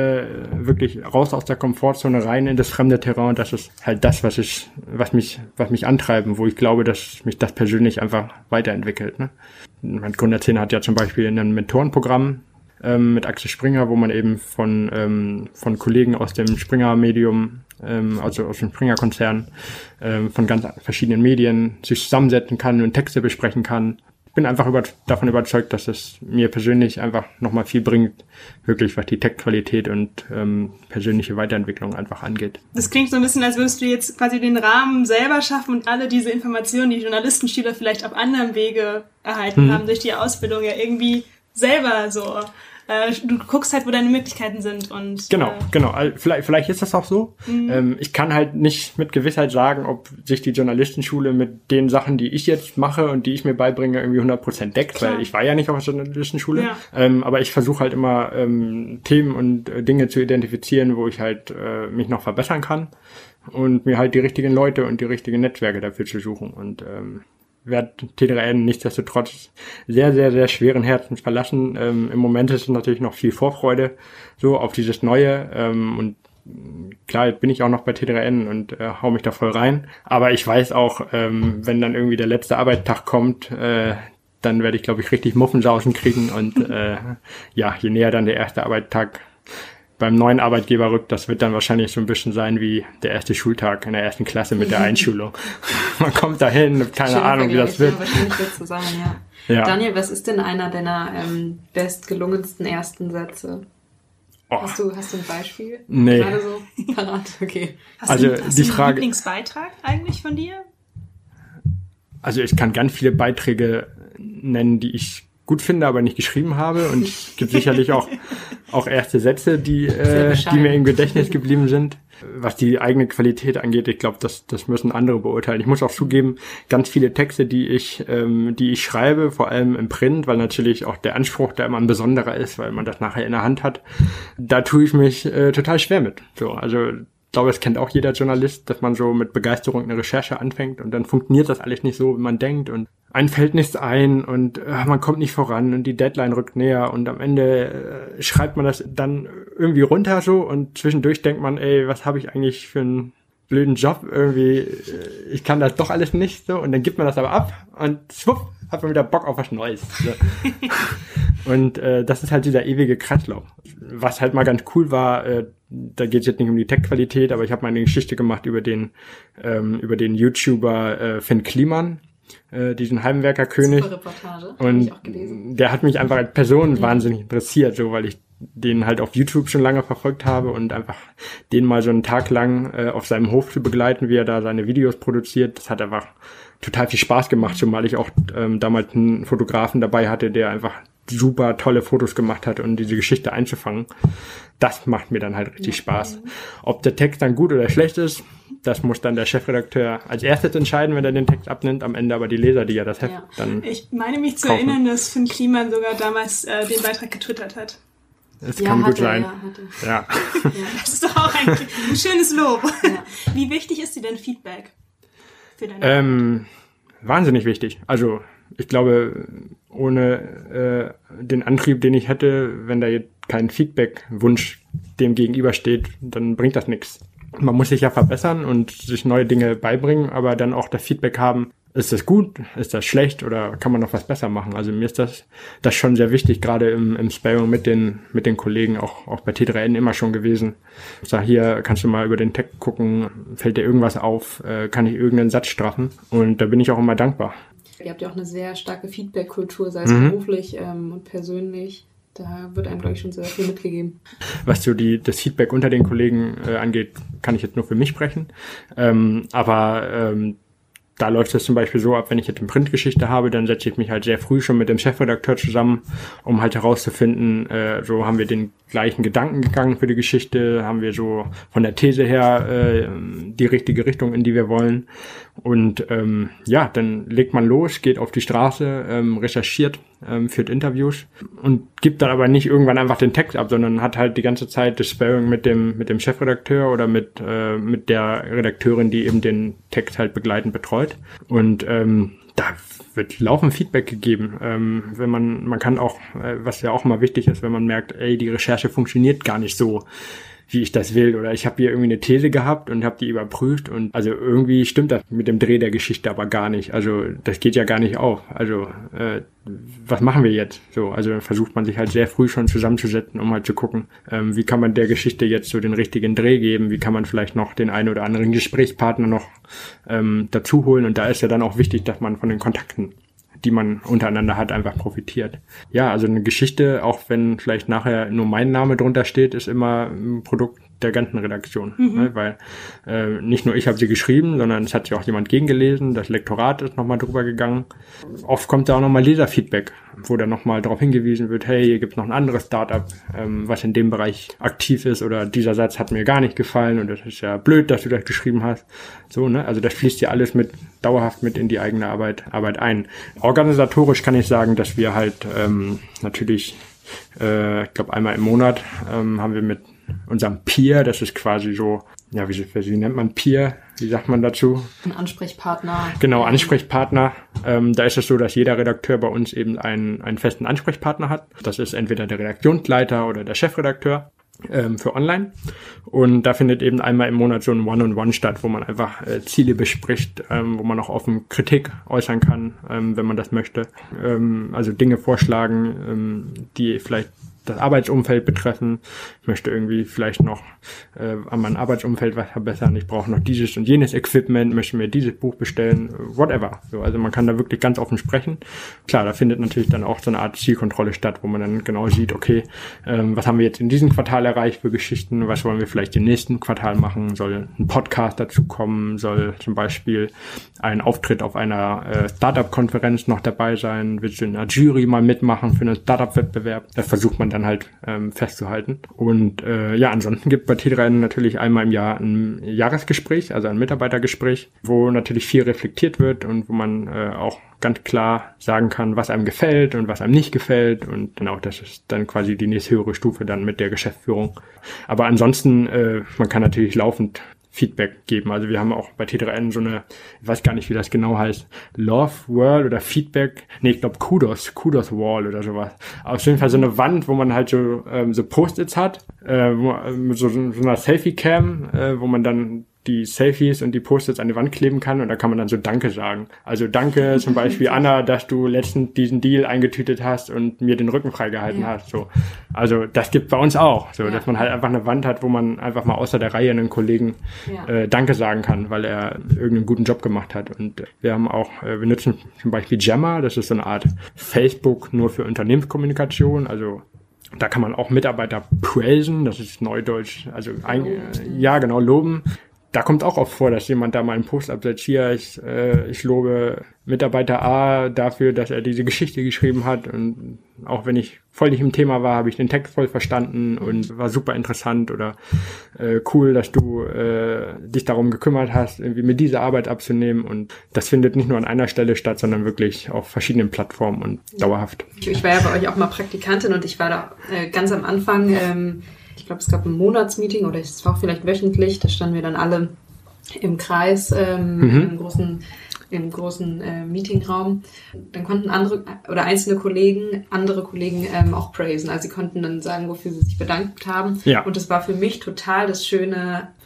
Speaker 1: äh, wirklich raus aus der Komfortzone rein in das fremde Terrain, das ist halt das, was ich, was mich, was mich antreiben, wo ich glaube, dass mich das persönlich einfach weiterentwickelt. Ne? Mein Gründerszene hat ja zum Beispiel ein Mentorenprogramm ähm, mit Axel Springer, wo man eben von ähm, von Kollegen aus dem Springer-Medium, ähm, also aus dem Springer-Konzern, ähm, von ganz verschiedenen Medien sich zusammensetzen kann und Texte besprechen kann. Bin einfach über, davon überzeugt, dass es mir persönlich einfach nochmal viel bringt, wirklich was die Tech-Qualität und ähm, persönliche Weiterentwicklung einfach angeht.
Speaker 2: Das klingt so ein bisschen, als würdest du jetzt quasi den Rahmen selber schaffen und alle diese Informationen, die Journalistenschüler vielleicht auf anderem Wege erhalten hm. haben, durch die Ausbildung ja irgendwie selber so. Äh, du guckst halt, wo deine Möglichkeiten sind und
Speaker 1: genau,
Speaker 2: äh,
Speaker 1: genau. Vielleicht, vielleicht ist das auch so. Mhm. Ähm, ich kann halt nicht mit Gewissheit sagen, ob sich die Journalistenschule mit den Sachen, die ich jetzt mache und die ich mir beibringe, irgendwie hundert Prozent deckt, Klar. weil ich war ja nicht auf der Journalistenschule. Ja. Ähm, aber ich versuche halt immer ähm, Themen und äh, Dinge zu identifizieren, wo ich halt äh, mich noch verbessern kann und mir halt die richtigen Leute und die richtigen Netzwerke dafür zu suchen und ähm, werde T drei N nichtsdestotrotz sehr, sehr, sehr schweren Herzens verlassen. Ähm, Im Moment ist es natürlich noch viel Vorfreude so auf dieses Neue. Ähm, und klar, jetzt bin ich auch noch bei T drei N und äh, hau mich da voll rein. Aber ich weiß auch, ähm, wenn dann irgendwie der letzte Arbeitstag kommt, äh, dann werde ich, glaube ich, richtig Muffensausen kriegen. Und äh, ja, je näher dann der erste Arbeitstag beim neuen Arbeitgeber rückt, das wird dann wahrscheinlich so ein bisschen sein wie der erste Schultag in der ersten Klasse mit der Einschulung. Man kommt dahin, keine Schöne Ahnung, wie das wird.
Speaker 3: Ja, wahrscheinlich wird zusammen, ja. ja. Daniel, was ist denn einer deiner ähm, bestgelungensten ersten Sätze? Oh. Hast du, hast du ein Beispiel?
Speaker 1: Nee.
Speaker 3: Gerade so parat, okay.
Speaker 2: Hast
Speaker 1: also
Speaker 2: du, hast
Speaker 1: die
Speaker 2: du einen
Speaker 1: Frage,
Speaker 2: Lieblingsbeitrag eigentlich von dir?
Speaker 1: Also ich kann ganz viele Beiträge nennen, die ich gut finde, aber nicht geschrieben habe. Und es gibt sicherlich auch auch erste Sätze, die äh, die mir im Gedächtnis geblieben sind. Was die eigene Qualität angeht, ich glaube, das das müssen andere beurteilen. Ich muss auch zugeben, ganz viele Texte, die ich ähm, die ich schreibe, vor allem im Print, weil natürlich auch der Anspruch da immer ein besonderer ist, weil man das nachher in der Hand hat, da tue ich mich äh, total schwer mit. So, also ich glaube, es kennt auch jeder Journalist, dass man so mit Begeisterung eine Recherche anfängt und dann funktioniert das alles nicht so, wie man denkt und einem fällt nichts ein und äh, man kommt nicht voran und die Deadline rückt näher und am Ende äh, schreibt man das dann irgendwie runter so und zwischendurch denkt man, ey, was habe ich eigentlich für einen blöden Job irgendwie, äh, ich kann das doch alles nicht so und dann gibt man das aber ab und schwupp, hat man wieder Bock auf was Neues. So. Und äh, das ist halt dieser ewige Kreislauf. Was halt mal ganz cool war, äh, da geht es jetzt nicht um die Tech-Qualität, aber ich habe mal eine Geschichte gemacht über den ähm, über den YouTuber äh, Finn Kliman, äh, diesen Heimwerkerkönig.
Speaker 3: Super Reportage,
Speaker 1: und
Speaker 3: ich auch gelesen.
Speaker 1: Der hat mich einfach als Person mhm. wahnsinnig interessiert, so weil ich den halt auf YouTube schon lange verfolgt habe und einfach den mal so einen Tag lang äh, auf seinem Hof zu begleiten, wie er da seine Videos produziert, das hat einfach total viel Spaß gemacht, zumal ich auch ähm, damals einen Fotografen dabei hatte, der einfach super tolle Fotos gemacht hat, um diese Geschichte einzufangen. Das macht mir dann halt richtig ja. Spaß. Ob der Text dann gut oder schlecht ist, das muss dann der Chefredakteur als erstes entscheiden, wenn er den Text abnimmt, am Ende aber die Leser, die ja das Heft ja. dann
Speaker 2: Ich meine mich zu
Speaker 1: kaufen.
Speaker 2: erinnern, dass Finn Kliman sogar damals äh, den Beitrag getwittert hat.
Speaker 1: Das
Speaker 3: ja,
Speaker 1: kann gut
Speaker 3: er,
Speaker 1: sein.
Speaker 3: Ja,
Speaker 1: ja.
Speaker 2: ja. Das ist doch auch ein, ein schönes Lob. Ja. Wie wichtig ist dir denn Feedback für deine
Speaker 1: ähm, Wahnsinnig wichtig. Also ich glaube, ohne äh, den Antrieb, den ich hätte, wenn da jetzt kein Feedback-Wunsch dem gegenübersteht, dann bringt das nichts. Man muss sich ja verbessern und sich neue Dinge beibringen, aber dann auch das Feedback haben, ist das gut, ist das schlecht oder kann man noch was besser machen? Also mir ist das das schon sehr wichtig, gerade im, im Sparring mit den mit den Kollegen, auch auch bei T drei N immer schon gewesen. Ich sag, hier kannst du mal über den Text gucken, fällt dir irgendwas auf, äh, kann ich irgendeinen Satz straffen? Und da bin ich auch immer dankbar.
Speaker 3: Ihr habt ja auch eine sehr starke Feedback-Kultur, sei es
Speaker 1: Mhm.
Speaker 3: beruflich ähm, und persönlich. Da wird einem, glaube ich, schon sehr viel mitgegeben.
Speaker 1: Was so die das Feedback unter den Kollegen äh, angeht, kann ich jetzt nur für mich sprechen. Ähm, aber ähm, da läuft es zum Beispiel so ab, wenn ich jetzt eine Printgeschichte habe, dann setze ich mich halt sehr früh schon mit dem Chefredakteur zusammen, um halt herauszufinden, äh, so haben wir den gleichen Gedankengang für die Geschichte, haben wir so von der These her äh, die richtige Richtung, in die wir wollen. Und ähm, ja, dann legt man los, geht auf die Straße, ähm, recherchiert, ähm, führt Interviews und gibt dann aber nicht irgendwann einfach den Text ab, sondern hat halt die ganze Zeit das Sparring mit dem mit dem Chefredakteur oder mit äh, mit der Redakteurin, die eben den Text halt begleitend betreut. Und ähm, da wird laufend Feedback gegeben. Ähm, wenn man man kann auch, äh, was ja auch mal wichtig ist, wenn man merkt, ey, die Recherche funktioniert gar nicht so, wie ich das will, oder ich habe hier irgendwie eine These gehabt und habe die überprüft und also irgendwie stimmt das mit dem Dreh der Geschichte aber gar nicht. Also das geht ja gar nicht auf. Also äh, was machen wir jetzt? So, also dann versucht man sich halt sehr früh schon zusammenzusetzen, um halt zu gucken, ähm, wie kann man der Geschichte jetzt so den richtigen Dreh geben, wie kann man vielleicht noch den einen oder anderen Gesprächspartner noch ähm, dazu holen, und da ist ja dann auch wichtig, dass man von den Kontakten, die man untereinander hat, einfach profitiert. Ja, also eine Geschichte, auch wenn vielleicht nachher nur mein Name drunter steht, ist immer ein Produkt der ganzen Redaktion. Mhm. Ne? Weil äh, nicht nur ich habe sie geschrieben, sondern es hat sich auch jemand gegengelesen, das Lektorat ist nochmal drüber gegangen. Oft kommt da auch nochmal Leserfeedback, wo dann nochmal darauf hingewiesen wird, hey, hier gibt's noch ein anderes Startup, ähm, was in dem Bereich aktiv ist, oder dieser Satz hat mir gar nicht gefallen und das ist ja blöd, dass du das geschrieben hast. So, ne? Also das fließt ja alles mit dauerhaft mit in die eigene Arbeit Arbeit ein. Organisatorisch kann ich sagen, dass wir halt ähm, natürlich, äh, ich glaube einmal im Monat ähm, haben wir mit unserem Peer, das ist quasi so, ja, wie, wie nennt man Peer? Wie sagt man dazu?
Speaker 3: Ein Ansprechpartner.
Speaker 1: Genau, Ansprechpartner. Ähm, da ist es so, dass jeder Redakteur bei uns eben einen, einen festen Ansprechpartner hat. Das ist entweder der Redaktionsleiter oder der Chefredakteur ähm, für online. Und da findet eben einmal im Monat so ein One-on-One statt, wo man einfach äh, Ziele bespricht, ähm, wo man auch offen Kritik äußern kann, ähm, wenn man das möchte. Ähm, also Dinge vorschlagen, ähm, die vielleicht das Arbeitsumfeld betreffen. Ich möchte irgendwie vielleicht noch äh, an meinem Arbeitsumfeld was verbessern. Ich brauche noch dieses und jenes Equipment, möchte mir dieses Buch bestellen, whatever. So, also man kann da wirklich ganz offen sprechen. Klar, da findet natürlich dann auch so eine Art Zielkontrolle statt, wo man dann genau sieht, okay, ähm, was haben wir jetzt in diesem Quartal erreicht für Geschichten, was wollen wir vielleicht im nächsten Quartal machen, soll ein Podcast dazu kommen, soll zum Beispiel ein Auftritt auf einer äh, Startup-Konferenz noch dabei sein, willst du in einer Jury mal mitmachen für einen Startup-Wettbewerb. Das versucht man dann halt ähm, festzuhalten. Und äh, ja, ansonsten gibt bei T drei N natürlich einmal im Jahr ein Jahresgespräch, also ein Mitarbeitergespräch, wo natürlich viel reflektiert wird und wo man äh, auch ganz klar sagen kann, was einem gefällt und was einem nicht gefällt, und genau, das ist dann quasi die nächste höhere Stufe dann mit der Geschäftsführung. Aber ansonsten, äh, man kann natürlich laufend Feedback geben. Also wir haben auch bei T drei N so eine, ich weiß gar nicht, wie das genau heißt, Love World oder Feedback, nee, ich glaube Kudos, Kudos Wall oder sowas. Auf jeden Fall so eine Wand, wo man halt so ähm, so Post-its hat, äh, wo, mit so, so einer Selfie-Cam, äh, wo man dann die Selfies und die Post-its an die Wand kleben kann, und da kann man dann so Danke sagen. Also danke zum Beispiel, Anna, dass du letztens diesen Deal eingetütet hast und mir den Rücken freigehalten ja. hast. So, also das gibt bei uns auch, so, ja. dass man halt einfach eine Wand hat, wo man einfach mal außer der Reihe einen Kollegen ja. äh, Danke sagen kann, weil er irgendeinen guten Job gemacht hat. Und wir haben auch, äh, wir nutzen zum Beispiel Jammer, das ist so eine Art Facebook nur für Unternehmenskommunikation, also da kann man auch Mitarbeiter praisen, das ist Neudeutsch, also ein, äh, ja genau, loben. Da kommt auch oft vor, dass jemand da mal einen Post absetzt. Hier, ich, äh, ich lobe Mitarbeiter A dafür, dass er diese Geschichte geschrieben hat. Und auch wenn ich voll nicht im Thema war, habe ich den Text voll verstanden und war super interessant. Oder äh, cool, dass du äh, dich darum gekümmert hast, irgendwie mir diese Arbeit abzunehmen. Und das findet nicht nur an einer Stelle statt, sondern wirklich auf verschiedenen Plattformen und dauerhaft.
Speaker 3: Ich, ich war ja bei euch auch mal Praktikantin und ich war da äh, ganz am Anfang... Ähm Ich glaube, es gab ein Monatsmeeting oder es war auch vielleicht wöchentlich. Da standen wir dann alle im Kreis ähm, mhm. im großen, im großen äh, Meetingraum. Dann konnten andere oder einzelne Kollegen andere Kollegen ähm, auch praisen. Also sie konnten dann sagen, wofür sie sich bedankt haben.
Speaker 1: Ja.
Speaker 3: Und das war für mich total das schöne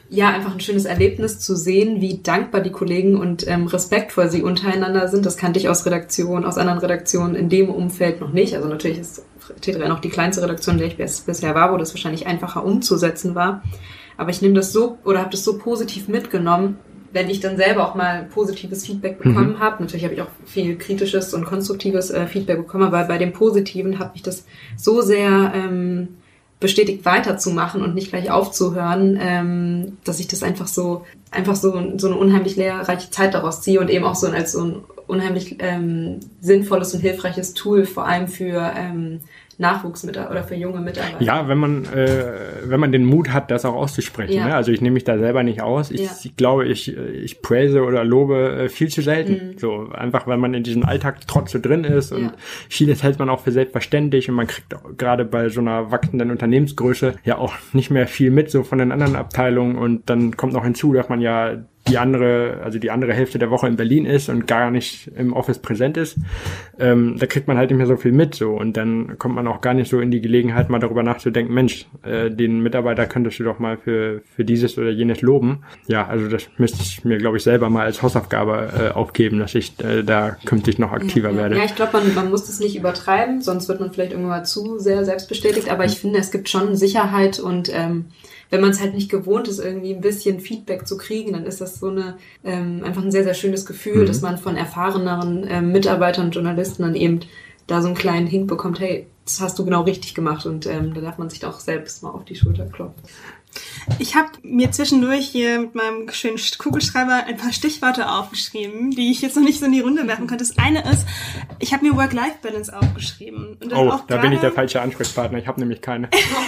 Speaker 3: ja, einfach ein schönes Erlebnis zu sehen, wie dankbar die Kollegen und ähm, respektvoll sie untereinander sind. Das kannte ich aus Redaktionen, aus anderen Redaktionen in dem Umfeld noch nicht. Also natürlich ist T drei N auch die kleinste Redaktion, in der ich bis, bisher war, wo das wahrscheinlich einfacher umzusetzen war. Aber ich nehme das so oder habe das so positiv mitgenommen, wenn ich dann selber auch mal positives Feedback bekommen mhm. habe. Natürlich habe ich auch viel kritisches und konstruktives äh, Feedback bekommen, aber bei dem Positiven hat mich das so sehr ähm, bestätigt weiterzumachen und nicht gleich aufzuhören, ähm, dass ich das einfach so einfach so, so eine unheimlich lehrreiche Zeit daraus ziehe und eben auch so als so ein unheimlich ähm, sinnvolles und hilfreiches Tool, vor allem für ähm, Nachwuchsmitarbeiter oder für junge Mitarbeiter.
Speaker 1: Ja, wenn man äh, wenn man den Mut hat, das auch auszusprechen. Ja. Ne? Also ich nehme mich da selber nicht aus. Ich, ja. ich glaube, ich ich praise oder lobe äh, viel zu selten. Mhm. So einfach, weil man in diesem Alltagstrotz so drin ist und ja. vieles hält man auch für selbstverständlich und man kriegt gerade bei so einer wachsenden Unternehmensgröße ja auch nicht mehr viel mit so von den anderen Abteilungen und dann kommt noch hinzu, dass man ja die andere, also die andere Hälfte der Woche in Berlin ist und gar nicht im Office präsent ist, ähm, da kriegt man halt nicht mehr so viel mit, so. Und dann kommt man auch gar nicht so in die Gelegenheit, mal darüber nachzudenken, Mensch, äh, den Mitarbeiter könntest du doch mal für, für dieses oder jenes loben. Ja, also das müsste ich mir, glaube ich, selber mal als Hausaufgabe äh, aufgeben, dass ich äh, da künftig noch aktiver
Speaker 3: ja,
Speaker 1: werde.
Speaker 3: Ja, ich glaube, man, man muss das nicht übertreiben, sonst wird man vielleicht irgendwann mal zu sehr selbstbestätigt, aber ich finde, es gibt schon Sicherheit und ähm, wenn man es halt nicht gewohnt ist, irgendwie ein bisschen Feedback zu kriegen, dann ist das so eine ähm, einfach ein sehr, sehr schönes Gefühl, mhm. dass man von erfahreneren ähm, Mitarbeitern und Journalisten dann eben da so einen kleinen Hint bekommt, hey, das hast du genau richtig gemacht und ähm, da darf man sich da auch selbst mal auf die Schulter klopfen.
Speaker 2: Ich habe mir zwischendurch hier mit meinem schönen Kugelschreiber ein paar Stichworte aufgeschrieben, die ich jetzt noch nicht so in die Runde werfen konnte. Das eine ist, ich habe mir Work-Life-Balance aufgeschrieben. Und
Speaker 1: oh, auch da bin ich der falsche Ansprechpartner. Ich habe nämlich keine.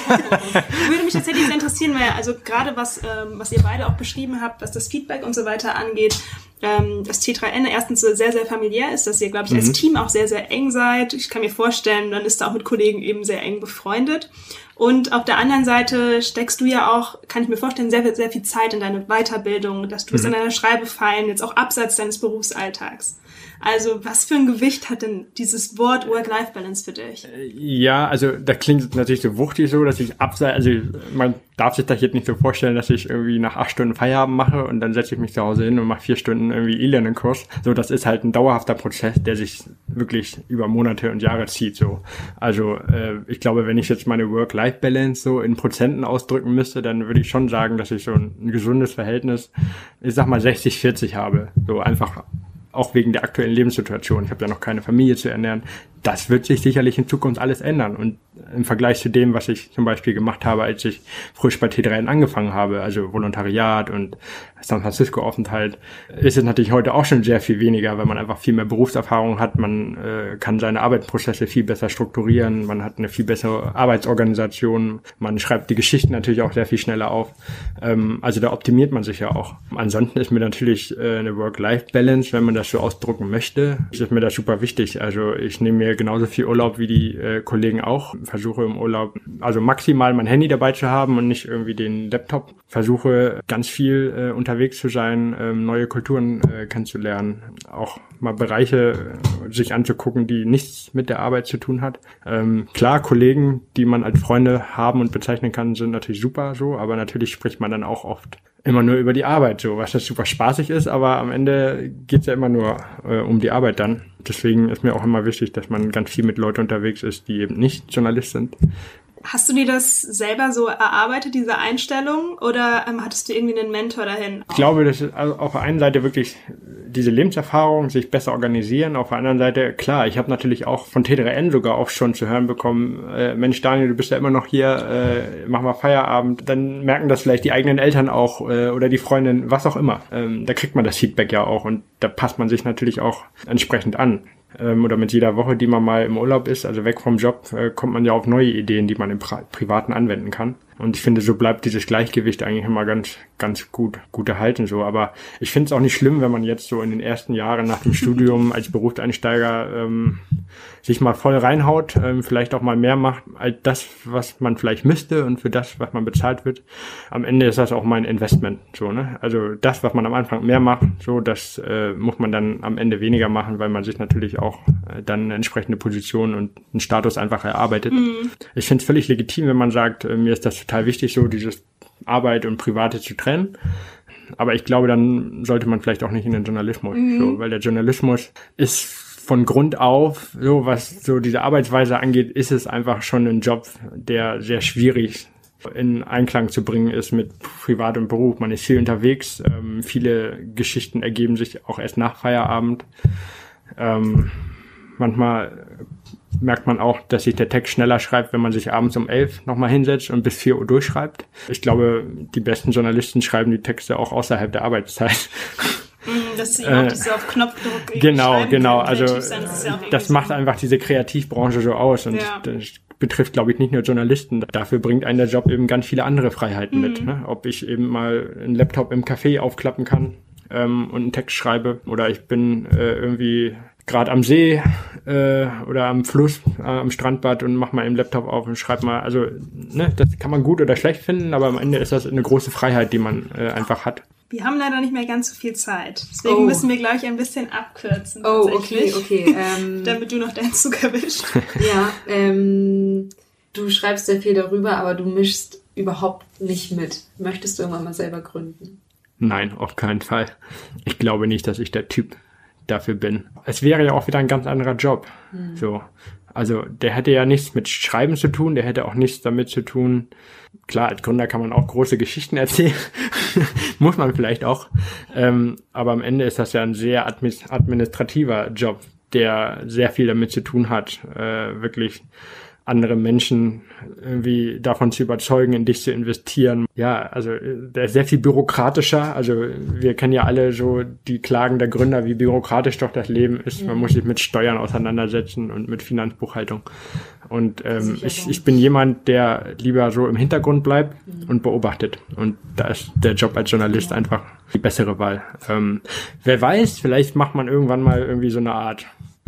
Speaker 2: Würde mich tatsächlich sehr interessieren, weil also gerade was, ähm, was ihr beide auch beschrieben habt, was das Feedback und so weiter angeht, ähm, dass T drei N erstens sehr, sehr familiär ist, dass ihr, glaube ich, als mhm. Team auch sehr, sehr eng seid. Ich kann mir vorstellen, dann ist da auch mit Kollegen eben sehr eng befreundet. Und auf der anderen Seite steckst du ja auch, kann ich mir vorstellen, sehr, sehr viel Zeit in deine Weiterbildung, dass du es mhm. an deiner Schreibe fallen, jetzt auch abseits deines Berufsalltags. Also was für ein Gewicht hat denn dieses Wort Work-Life-Balance für dich?
Speaker 1: Ja, also das klingt natürlich so wuchtig so, dass ich abseits, also man darf sich das jetzt nicht so vorstellen, dass ich irgendwie nach acht Stunden Feierabend mache und dann setze ich mich zu Hause hin und mache vier Stunden irgendwie E-Learning-Kurs. So, das ist halt ein dauerhafter Prozess, der sich wirklich über Monate und Jahre zieht. So, also äh, ich glaube, wenn ich jetzt meine Work-Life-Balance so in Prozenten ausdrücken müsste, dann würde ich schon sagen, dass ich so ein, ein gesundes Verhältnis, ich sag mal sechzig vierzig habe. So einfach auch wegen der aktuellen Lebenssituation. Ich habe ja noch keine Familie zu ernähren. Das wird sich sicherlich in Zukunft alles ändern. Und im Vergleich zu dem, was ich zum Beispiel gemacht habe, als ich frisch bei T drei N angefangen habe, also Volontariat und San Francisco-Aufenthalt, ist es natürlich heute auch schon sehr viel weniger, weil man einfach viel mehr Berufserfahrung hat. Man äh, kann seine Arbeitsprozesse viel besser strukturieren. Man hat eine viel bessere Arbeitsorganisation. Man schreibt die Geschichten natürlich auch sehr viel schneller auf. Ähm, also da optimiert man sich ja auch. Ansonsten ist mir natürlich äh, eine Work-Life-Balance, wenn man das so ausdrücken möchte, ist mir das super wichtig. Also ich nehme mir genauso viel Urlaub wie die äh, Kollegen auch. Versuche im Urlaub also maximal mein Handy dabei zu haben und nicht irgendwie den Laptop. Versuche ganz viel äh, unterwegs zu sein, ähm, neue Kulturen äh, kennenzulernen, auch mal Bereiche äh, sich anzugucken, die nichts mit der Arbeit zu tun hat. Ähm, klar, Kollegen, die man als Freunde haben und bezeichnen kann, sind natürlich super so, aber natürlich spricht man dann auch oft immer nur über die Arbeit, so, was das super spaßig ist, aber am Ende geht's ja immer nur äh, um die Arbeit dann. Deswegen ist mir auch immer wichtig, dass man ganz viel mit Leuten unterwegs ist, die eben nicht Journalist sind.
Speaker 2: Hast du dir das selber so erarbeitet, diese Einstellung, oder ähm, hattest du irgendwie einen Mentor dahin?
Speaker 1: Ich glaube, das ist also auf der einen Seite wirklich diese Lebenserfahrung, sich besser organisieren. Auf der anderen Seite, klar, ich habe natürlich auch von T drei N sogar auch schon zu hören bekommen, äh, Mensch Daniel, du bist ja immer noch hier, äh, mach mal Feierabend. Dann merken das vielleicht die eigenen Eltern auch äh, oder die Freundin, was auch immer. Ähm, da kriegt man das Feedback ja auch und da passt man sich natürlich auch entsprechend an. Ähm, oder mit jeder Woche, die man mal im Urlaub ist, also weg vom Job, äh, kommt man ja auf neue Ideen, die man im Pri- Privaten anwenden kann. Und ich finde, so bleibt dieses Gleichgewicht eigentlich immer ganz, ganz gut, gut erhalten so. Aber ich finde es auch nicht schlimm, wenn man jetzt so in den ersten Jahren nach dem Studium als Berufseinsteiger ähm, sich mal voll reinhaut, ähm, vielleicht auch mal mehr macht als das, was man vielleicht müsste und für das, was man bezahlt wird. Am Ende ist das auch mein Investment, so, ne? Also das, was man am Anfang mehr macht, so, das äh, muss man dann am Ende weniger machen, weil man sich natürlich auch äh, dann eine entsprechende Position und einen Status einfach erarbeitet. Mhm. Ich finde es völlig legitim, wenn man sagt, äh, mir ist das total wichtig, so dieses Arbeit und Private zu trennen. Aber ich glaube, dann sollte man vielleicht auch nicht in den Journalismus, mhm. so, weil der Journalismus ist von Grund auf, so was so diese Arbeitsweise angeht, ist es einfach schon ein Job, der sehr schwierig in Einklang zu bringen ist mit Privat und Beruf. Man ist viel unterwegs, ähm, viele Geschichten ergeben sich auch erst nach Feierabend. Ähm, manchmal merkt man auch, dass sich der Text schneller schreibt, wenn man sich abends um elf nochmal hinsetzt und bis vier Uhr durchschreibt. Ich glaube, die besten Journalisten schreiben die Texte auch außerhalb der Arbeitszeit.
Speaker 2: Dass sie auch nicht so auf Knopfdruck
Speaker 1: Genau, genau.
Speaker 2: Können,
Speaker 1: also
Speaker 2: sein, das, ja
Speaker 1: das macht so. einfach diese Kreativbranche so aus und
Speaker 2: ja.
Speaker 1: das betrifft, glaube ich, nicht nur Journalisten. Dafür bringt einen der Job eben ganz viele andere Freiheiten mhm. mit. Ne? Ob ich eben mal einen Laptop im Café aufklappen kann ähm, und einen Text schreibe oder ich bin äh, irgendwie gerade am See äh, oder am Fluss, äh, am Strandbad und mach mal im Laptop auf und schreib mal, also ne, das kann man gut oder schlecht finden, aber am Ende ist das eine große Freiheit, die man äh, einfach hat.
Speaker 2: Wir haben leider nicht mehr ganz so viel Zeit. Deswegen
Speaker 3: oh.
Speaker 2: müssen wir, glaube ich, ein bisschen abkürzen.
Speaker 3: Oh, okay, okay.
Speaker 2: Ähm, damit du noch deinen Zug erwischst.
Speaker 3: Ja, ähm, du schreibst sehr viel darüber, aber du mischst überhaupt nicht mit. Möchtest du irgendwann mal selber gründen?
Speaker 1: Nein, auf keinen Fall. Ich glaube nicht, dass ich der Typ dafür bin. Es wäre ja auch wieder ein ganz anderer Job. Hm. So. Also der hätte ja nichts mit Schreiben zu tun, der hätte auch nichts damit zu tun. Klar, als Gründer kann man auch große Geschichten erzählen, muss man vielleicht auch. Ähm, aber am Ende ist das ja ein sehr administrativer Job, der sehr viel damit zu tun hat, äh, wirklich andere Menschen irgendwie davon zu überzeugen, in dich zu investieren. Ja, also der ist sehr viel bürokratischer. Also wir kennen ja alle so die Klagen der Gründer, wie bürokratisch doch das Leben ist. Man muss sich mit Steuern auseinandersetzen und mit Finanzbuchhaltung. Und ähm, ich, ich bin jemand, der lieber so im Hintergrund bleibt mhm. und beobachtet. Und da ist der Job als Journalist ja. einfach die bessere Wahl. Ähm, wer weiß, vielleicht macht man irgendwann mal irgendwie so eine Art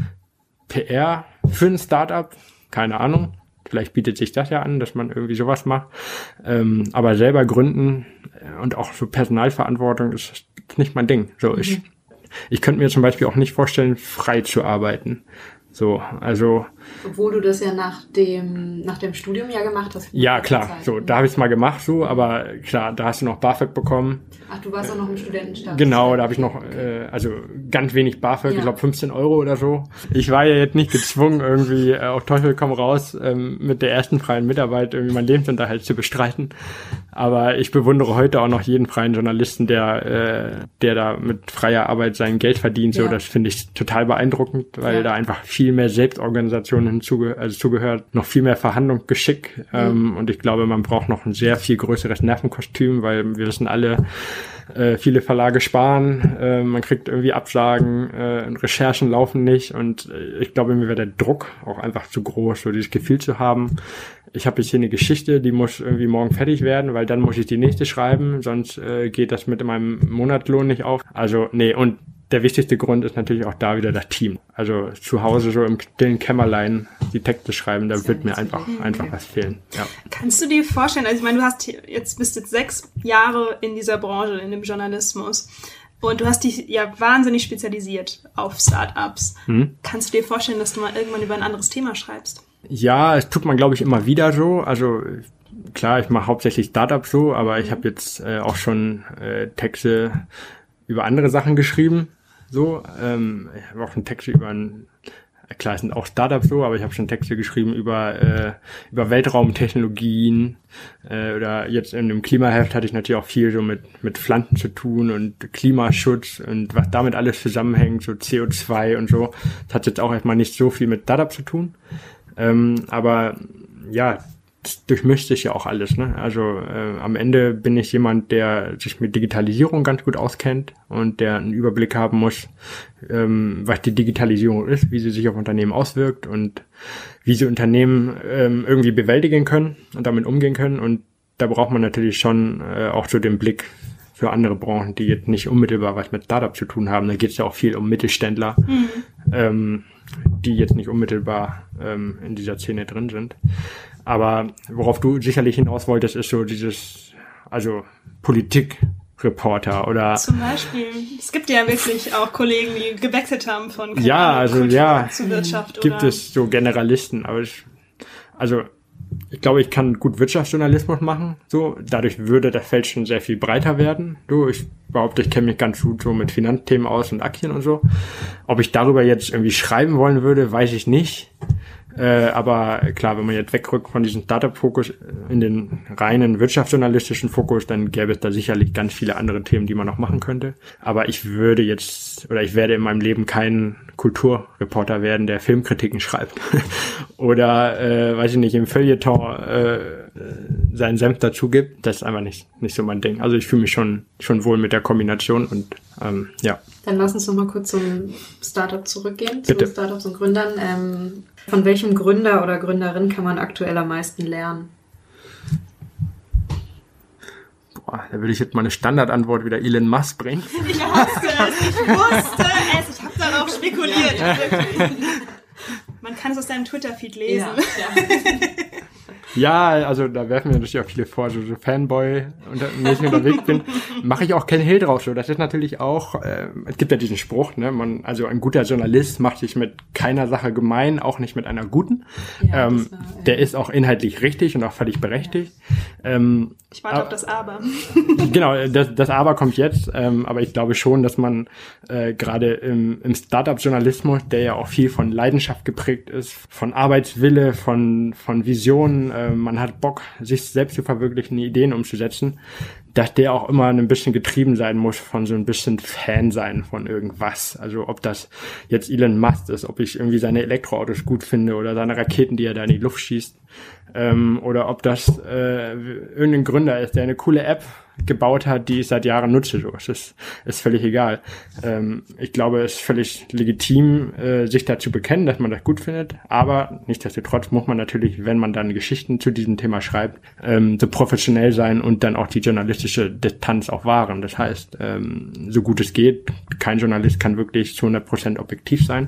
Speaker 1: P R für ein Startup. Keine Ahnung. Vielleicht bietet sich das ja an, dass man irgendwie sowas macht. Ähm, aber selber gründen und auch so Personalverantwortung ist nicht mein Ding. So, mhm. ich, ich könnte mir zum Beispiel auch nicht vorstellen, frei zu arbeiten. So, also.
Speaker 3: Obwohl du das ja nach dem, nach dem Studium ja gemacht hast.
Speaker 1: Ja, klar. Zeit. So, da habe ich es mal gemacht, so, aber klar, da hast du noch BAföG bekommen.
Speaker 3: Ach, du warst auch noch im Studentenstatus.
Speaker 1: Genau, da habe ich noch, äh, also ganz wenig BAföG, ja. ich glaube fünfzehn Euro oder so. Ich war ja jetzt nicht gezwungen, irgendwie äh, auf Teufel komm raus, ähm, mit der ersten freien Mitarbeit irgendwie meinen Lebensunterhalt zu bestreiten. Aber ich bewundere heute auch noch jeden freien Journalisten, der, äh, der da mit freier Arbeit sein Geld verdient. So, ja. Das finde ich total beeindruckend, weil ja. da einfach viel mehr Selbstorganisation hinzuge also zugehört, noch viel mehr Verhandlungsgeschick. Mhm. Ähm, und ich glaube, man braucht noch ein sehr viel größeres Nervenkostüm, weil wir wissen alle, äh, viele Verlage sparen, äh, man kriegt irgendwie Absagen, äh, Recherchen laufen nicht. Und äh, ich glaube, mir wäre der Druck auch einfach zu groß, so dieses Gefühl zu haben, ich habe jetzt hier eine Geschichte, die muss irgendwie morgen fertig werden, weil dann muss ich die nächste schreiben, sonst äh, geht das mit meinem Monatslohn nicht auf. Also nee, und der wichtigste Grund ist natürlich auch da wieder das Team. Also zu Hause so im stillen Kämmerlein die Texte schreiben, da wird mir einfach einfach was fehlen. Ja.
Speaker 2: Kannst du dir vorstellen, also ich meine, du hast jetzt bist jetzt sechs Jahre in dieser Branche, in dem Journalismus. Und du hast dich ja wahnsinnig spezialisiert auf Startups. Mhm. Kannst du dir vorstellen, dass du mal irgendwann über ein anderes Thema schreibst?
Speaker 1: Ja, es tut man, glaube ich, immer wieder so. Also klar, ich mache hauptsächlich Startups so, aber ich habe jetzt äh, auch schon äh, Texte über andere Sachen geschrieben. So, ähm, ich habe auch schon Texte über ein, klar, es sind auch Startups so, aber ich habe schon Texte geschrieben über äh, über Weltraumtechnologien äh, oder jetzt in dem Klimaheft hatte ich natürlich auch viel so mit mit Pflanzen zu tun und Klimaschutz und was damit alles zusammenhängt, so C O zwei und so. Das hat jetzt auch erstmal nicht so viel mit Startups zu tun. Ähm, aber ja, das durchmischt sich ja auch alles, ne? Also äh, am Ende bin ich jemand, der sich mit Digitalisierung ganz gut auskennt und der einen Überblick haben muss, ähm, was die Digitalisierung ist, wie sie sich auf Unternehmen auswirkt und wie sie Unternehmen ähm, irgendwie bewältigen können und damit umgehen können. Und da braucht man natürlich schon äh, auch so den Blick für andere Branchen, die jetzt nicht unmittelbar was mit Startup zu tun haben. Da geht es ja auch viel um Mittelständler, mhm. ähm, die jetzt nicht unmittelbar ähm, in dieser Szene drin sind. Aber worauf du sicherlich hinaus wolltest, ist so dieses, also Politikreporter oder...
Speaker 2: Zum Beispiel. Es gibt ja wirklich auch Kollegen, die gewechselt haben von
Speaker 1: ja, also
Speaker 2: Kultur
Speaker 1: ja,
Speaker 2: zu Wirtschaft.
Speaker 1: Gibt
Speaker 2: oder?
Speaker 1: es so Generalisten, aber ich, also ich glaube, ich kann gut Wirtschaftsjournalismus machen. So, dadurch würde das Feld schon sehr viel breiter werden. Du, ich behaupte, ich kenne mich ganz gut so mit Finanzthemen aus und Aktien und so. Ob ich darüber jetzt irgendwie schreiben wollen würde, weiß ich nicht. Äh, aber klar, wenn man jetzt wegrückt von diesem Startup-Fokus in den reinen wirtschaftsjournalistischen Fokus, dann gäbe es da sicherlich ganz viele andere Themen, die man noch machen könnte. Aber ich würde jetzt, oder ich werde in meinem Leben kein Kulturreporter werden, der Filmkritiken schreibt. Oder, äh, weiß ich nicht, im Feuilleton äh, seinen Senf dazu gibt. Das ist einfach nicht, nicht so mein Ding. Also ich fühle mich schon, schon wohl mit der Kombination und ähm, ja.
Speaker 3: Dann lass uns noch mal kurz zum Startup zurückgehen,
Speaker 1: Bitte.
Speaker 3: zu Startups und Gründern. Ähm, von welchem Gründer oder Gründerin kann man aktuell am meisten lernen?
Speaker 1: Boah, da würde ich jetzt mal eine Standardantwort wieder Elon Musk bringen.
Speaker 2: Ich wusste es, ich wusste es, ich habe darauf spekuliert. Ja. Man kann es aus deinem Twitter-Feed lesen.
Speaker 3: Ja, ja.
Speaker 1: Ja, also da werfen mir natürlich auch viele vor, so, so Fanboy unter, mäßig unterwegs bin, mache ich auch keinen Hehl drauf. So, das ist natürlich auch, äh, es gibt ja diesen Spruch, ne, man, also ein guter Journalist macht sich mit keiner Sache gemein, auch nicht mit einer guten.
Speaker 3: Ja,
Speaker 1: ähm,
Speaker 3: war, äh,
Speaker 1: der ist auch inhaltlich richtig und auch völlig berechtigt.
Speaker 2: Ja.
Speaker 1: Ähm,
Speaker 2: ich warte auf das Aber.
Speaker 1: Genau, das, das Aber kommt jetzt, ähm, aber ich glaube schon, dass man äh, gerade im, im Startup-Journalismus, der ja auch viel von Leidenschaft geprägt ist, von Arbeitswille, von von Visionen, äh, man hat Bock, sich selbst zu verwirklichen, Ideen umzusetzen, dass der auch immer ein bisschen getrieben sein muss von so ein bisschen Fan sein von irgendwas. Also ob das jetzt Elon Musk ist, ob ich irgendwie seine Elektroautos gut finde oder seine Raketen, die er da in die Luft schießt, ähm, oder ob das äh, irgendein Gründer ist, der eine coole App gebaut hat, die ich seit Jahren nutze. So, es ist, ist völlig egal. Ähm, ich glaube, es ist völlig legitim, äh, sich dazu bekennen, dass man das gut findet, aber nichtsdestotrotz muss man natürlich, wenn man dann Geschichten zu diesem Thema schreibt, ähm, so professionell sein und dann auch die journalistische Distanz auch wahren. Das heißt, ähm, so gut es geht, kein Journalist kann wirklich zu hundert Prozent objektiv sein,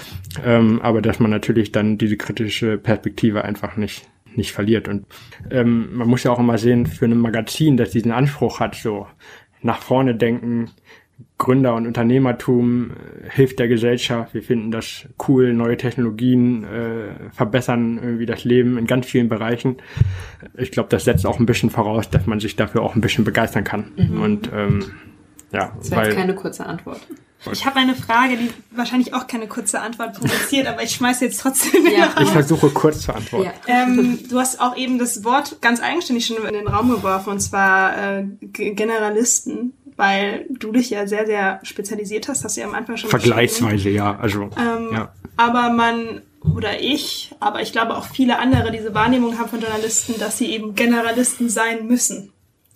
Speaker 1: ähm, aber dass man natürlich dann diese kritische Perspektive einfach nicht nicht verliert. Und ähm, man muss ja auch immer sehen, für ein Magazin, das diesen Anspruch hat, so nach vorne denken, Gründer- und Unternehmertum äh, hilft der Gesellschaft, wir finden das cool, neue Technologien äh, verbessern irgendwie das Leben in ganz vielen Bereichen. Ich glaube, das setzt auch ein bisschen voraus, dass man sich dafür auch ein bisschen begeistern kann. Mhm. Und ähm, ja,
Speaker 3: das war jetzt keine kurze Antwort.
Speaker 2: Ich habe eine Frage, die wahrscheinlich auch keine kurze Antwort provoziert, aber ich schmeiße jetzt trotzdem
Speaker 1: ja. Ich versuche kurz zu antworten.
Speaker 2: Ja. Ähm, du hast auch eben das Wort ganz eigenständig schon in den Raum geworfen, und zwar äh, Generalisten, weil du dich ja sehr, sehr spezialisiert hast, hast du ja am Anfang schon
Speaker 1: Vergleichsweise, ja. Also,
Speaker 2: ähm,
Speaker 1: ja.
Speaker 2: Aber man, oder ich, aber ich glaube auch viele andere diese Wahrnehmung haben von Journalisten, dass sie eben Generalisten sein müssen.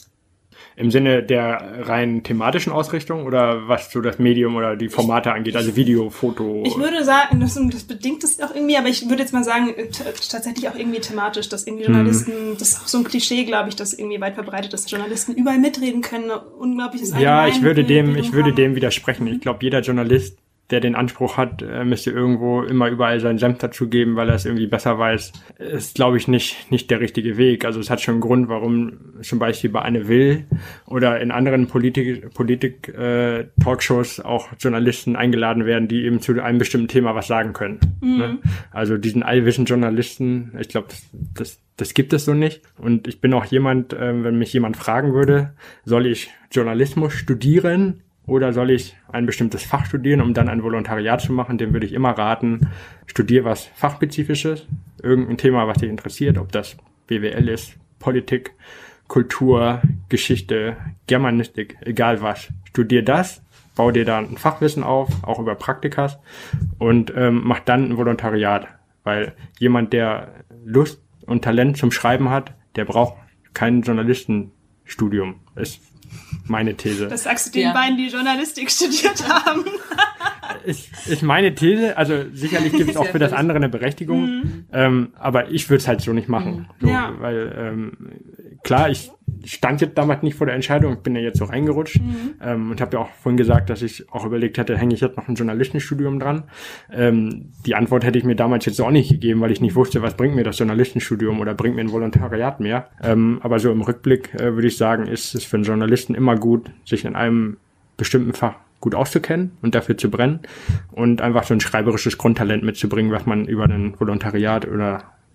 Speaker 1: Im Sinne der rein thematischen Ausrichtung oder was so das Medium oder die Formate angeht, also Video, Foto?
Speaker 2: Ich würde sagen, das, das bedingt es auch irgendwie, aber ich würde jetzt mal sagen, t- tatsächlich auch irgendwie thematisch, dass irgendwie Journalisten, hm. das ist auch so ein Klischee, glaube ich, dass irgendwie weit verbreitet ist, dass Journalisten überall mitreden können, unglaubliches
Speaker 1: Ja, ich würde dem, ich würde dem widersprechen. Ich glaube, jeder Journalist, der den Anspruch hat, müsste irgendwo immer überall seinen Senf dazu geben, weil er es irgendwie besser weiß, ist, glaube ich, nicht nicht der richtige Weg. Also es hat schon einen Grund, warum zum Beispiel bei Anne Will oder in anderen Politik, Politik äh, Talkshows auch Journalisten eingeladen werden, die eben zu einem bestimmten Thema was sagen können. Mhm. Ne? Also diesen Allwissen-Journalisten, ich glaube, das, das das gibt es so nicht. Und ich bin auch jemand, äh, wenn mich jemand fragen würde, soll ich Journalismus studieren oder soll ich ein bestimmtes Fach studieren, um dann ein Volontariat zu machen? Dem würde ich immer raten, studier was Fachspezifisches, irgendein Thema, was dich interessiert, ob das B W L ist, Politik, Kultur, Geschichte, Germanistik, egal was. Studier das, bau dir da ein Fachwissen auf, auch über Praktikas und ähm, mach dann ein Volontariat. Weil jemand, der Lust und Talent zum Schreiben hat, der braucht kein Journalistenstudium. Ist meine These.
Speaker 2: Das sagst du den
Speaker 3: ja.
Speaker 2: beiden, die Journalistik studiert haben.
Speaker 1: Ist, ist meine These. Also sicherlich gibt es auch für das andere eine Berechtigung. Mhm. Ähm, aber ich würde es halt so nicht machen.
Speaker 2: Mhm.
Speaker 1: So,
Speaker 2: ja.
Speaker 1: Weil ähm, klar, ich stand jetzt damals nicht vor der Entscheidung. Ich bin ja jetzt so reingerutscht. Mhm. Ähm, und habe ja auch vorhin gesagt, dass ich auch überlegt hatte, hänge ich jetzt noch ein Journalistenstudium dran. Ähm, die Antwort hätte ich mir damals jetzt auch nicht gegeben, weil ich nicht wusste, was bringt mir das Journalistenstudium oder bringt mir ein Volontariat mehr. Ähm, aber so im Rückblick äh, würde ich sagen, ist es für einen Journalisten immer gut, sich in einem bestimmten Fach gut auszukennen und dafür zu brennen und einfach so ein schreiberisches Grundtalent mitzubringen, was man über ein Volontariat oder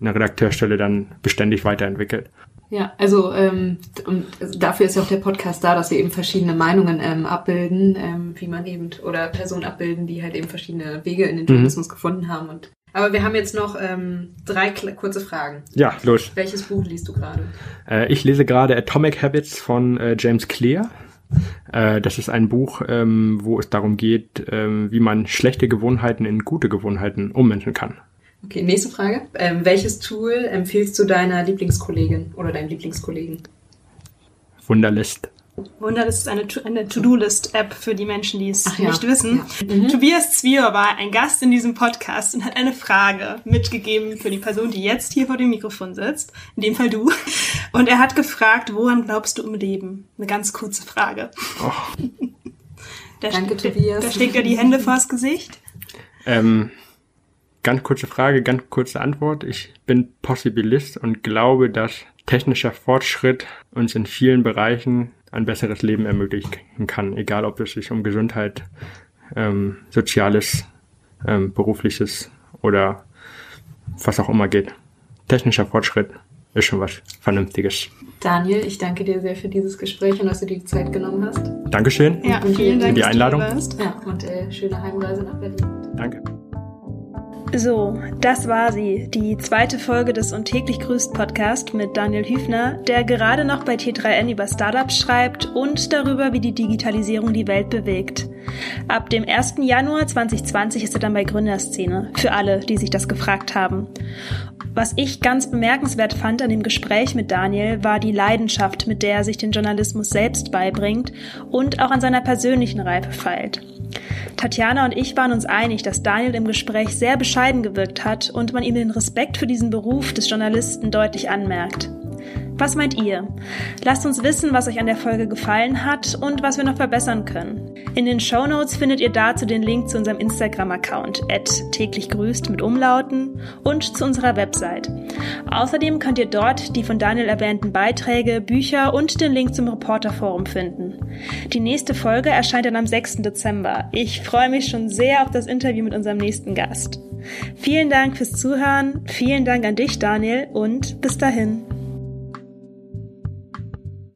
Speaker 1: eine Redakteurstelle dann beständig weiterentwickelt.
Speaker 3: Ja, also ähm, und dafür ist ja auch der Podcast da, dass wir eben verschiedene Meinungen ähm, abbilden, ähm, wie man eben, oder Personen abbilden, die halt eben verschiedene Wege in den Journalismus mhm. gefunden haben. Und aber wir haben jetzt noch ähm, drei kle- kurze Fragen.
Speaker 1: Ja, los.
Speaker 3: Welches Buch liest du gerade?
Speaker 1: Äh, ich lese gerade Atomic Habits von äh, James Clear. Äh, das ist ein Buch, ähm, wo es darum geht, ähm, wie man schlechte Gewohnheiten in gute Gewohnheiten ummünzen kann.
Speaker 3: Okay, nächste Frage. Ähm, welches Tool empfiehlst du deiner Lieblingskollegin oder deinem Lieblingskollegen?
Speaker 1: Wunderlist.
Speaker 2: Wunderlist ist eine, to- eine To-Do-List-App für die Menschen, die es
Speaker 3: Ach ja.
Speaker 2: nicht wissen.
Speaker 3: Ja. Mhm.
Speaker 2: Tobias Zwier war ein Gast in diesem Podcast und hat eine Frage mitgegeben für die Person, die jetzt hier vor dem Mikrofon sitzt. In dem Fall du. Und er hat gefragt, woran glaubst du im Leben? Eine ganz kurze Frage.
Speaker 1: Oh.
Speaker 2: Da
Speaker 3: Danke,
Speaker 2: st-
Speaker 3: Tobias.
Speaker 2: Da schlägt er die Hände vors Gesicht.
Speaker 1: Ähm, ganz kurze Frage, ganz kurze Antwort. Ich bin Possibilist und glaube, dass technischer Fortschritt uns in vielen Bereichen ein besseres Leben ermöglichen kann, egal ob es sich um Gesundheit, ähm, Soziales, ähm, Berufliches oder was auch immer geht. Technischer Fortschritt ist schon was Vernünftiges.
Speaker 3: Daniel, ich danke dir sehr für dieses Gespräch und dass du dir die Zeit genommen hast.
Speaker 1: Dankeschön
Speaker 2: Ja,
Speaker 3: Und
Speaker 2: vielen Dank
Speaker 1: für die
Speaker 2: dass du
Speaker 1: Einladung.
Speaker 2: hier warst.
Speaker 3: Ja, und äh, schöne Heimreise nach Berlin.
Speaker 1: Danke.
Speaker 2: So, das war sie, die zweite Folge des Und täglich grüßt Podcast mit Daniel Hüfner, der gerade noch bei T drei N über Startups schreibt und darüber, wie die Digitalisierung die Welt bewegt. Ab dem ersten Januar zwanzig zwanzig ist er dann bei Gründerszene, für alle, die sich das gefragt haben. Was ich ganz bemerkenswert fand an dem Gespräch mit Daniel, war die Leidenschaft, mit der er sich den Journalismus selbst beibringt und auch an seiner persönlichen Reife feilt. Tatjana und ich waren uns einig, dass Daniel im Gespräch sehr bescheiden gewirkt hat und man ihm den Respekt für diesen Beruf des Journalisten deutlich anmerkt. Was meint ihr? Lasst uns wissen, was euch an der Folge gefallen hat und was wir noch verbessern können. In den Shownotes findet ihr dazu den Link zu unserem Instagram-Account at täglich grüßt mit Umlauten und zu unserer Website. Außerdem könnt ihr dort die von Daniel erwähnten Beiträge, Bücher und den Link zum Reporterforum finden. Die nächste Folge erscheint dann am sechsten Dezember. Ich freue mich schon sehr auf das Interview mit unserem nächsten Gast. Vielen Dank fürs Zuhören, vielen Dank an dich, Daniel, und bis dahin.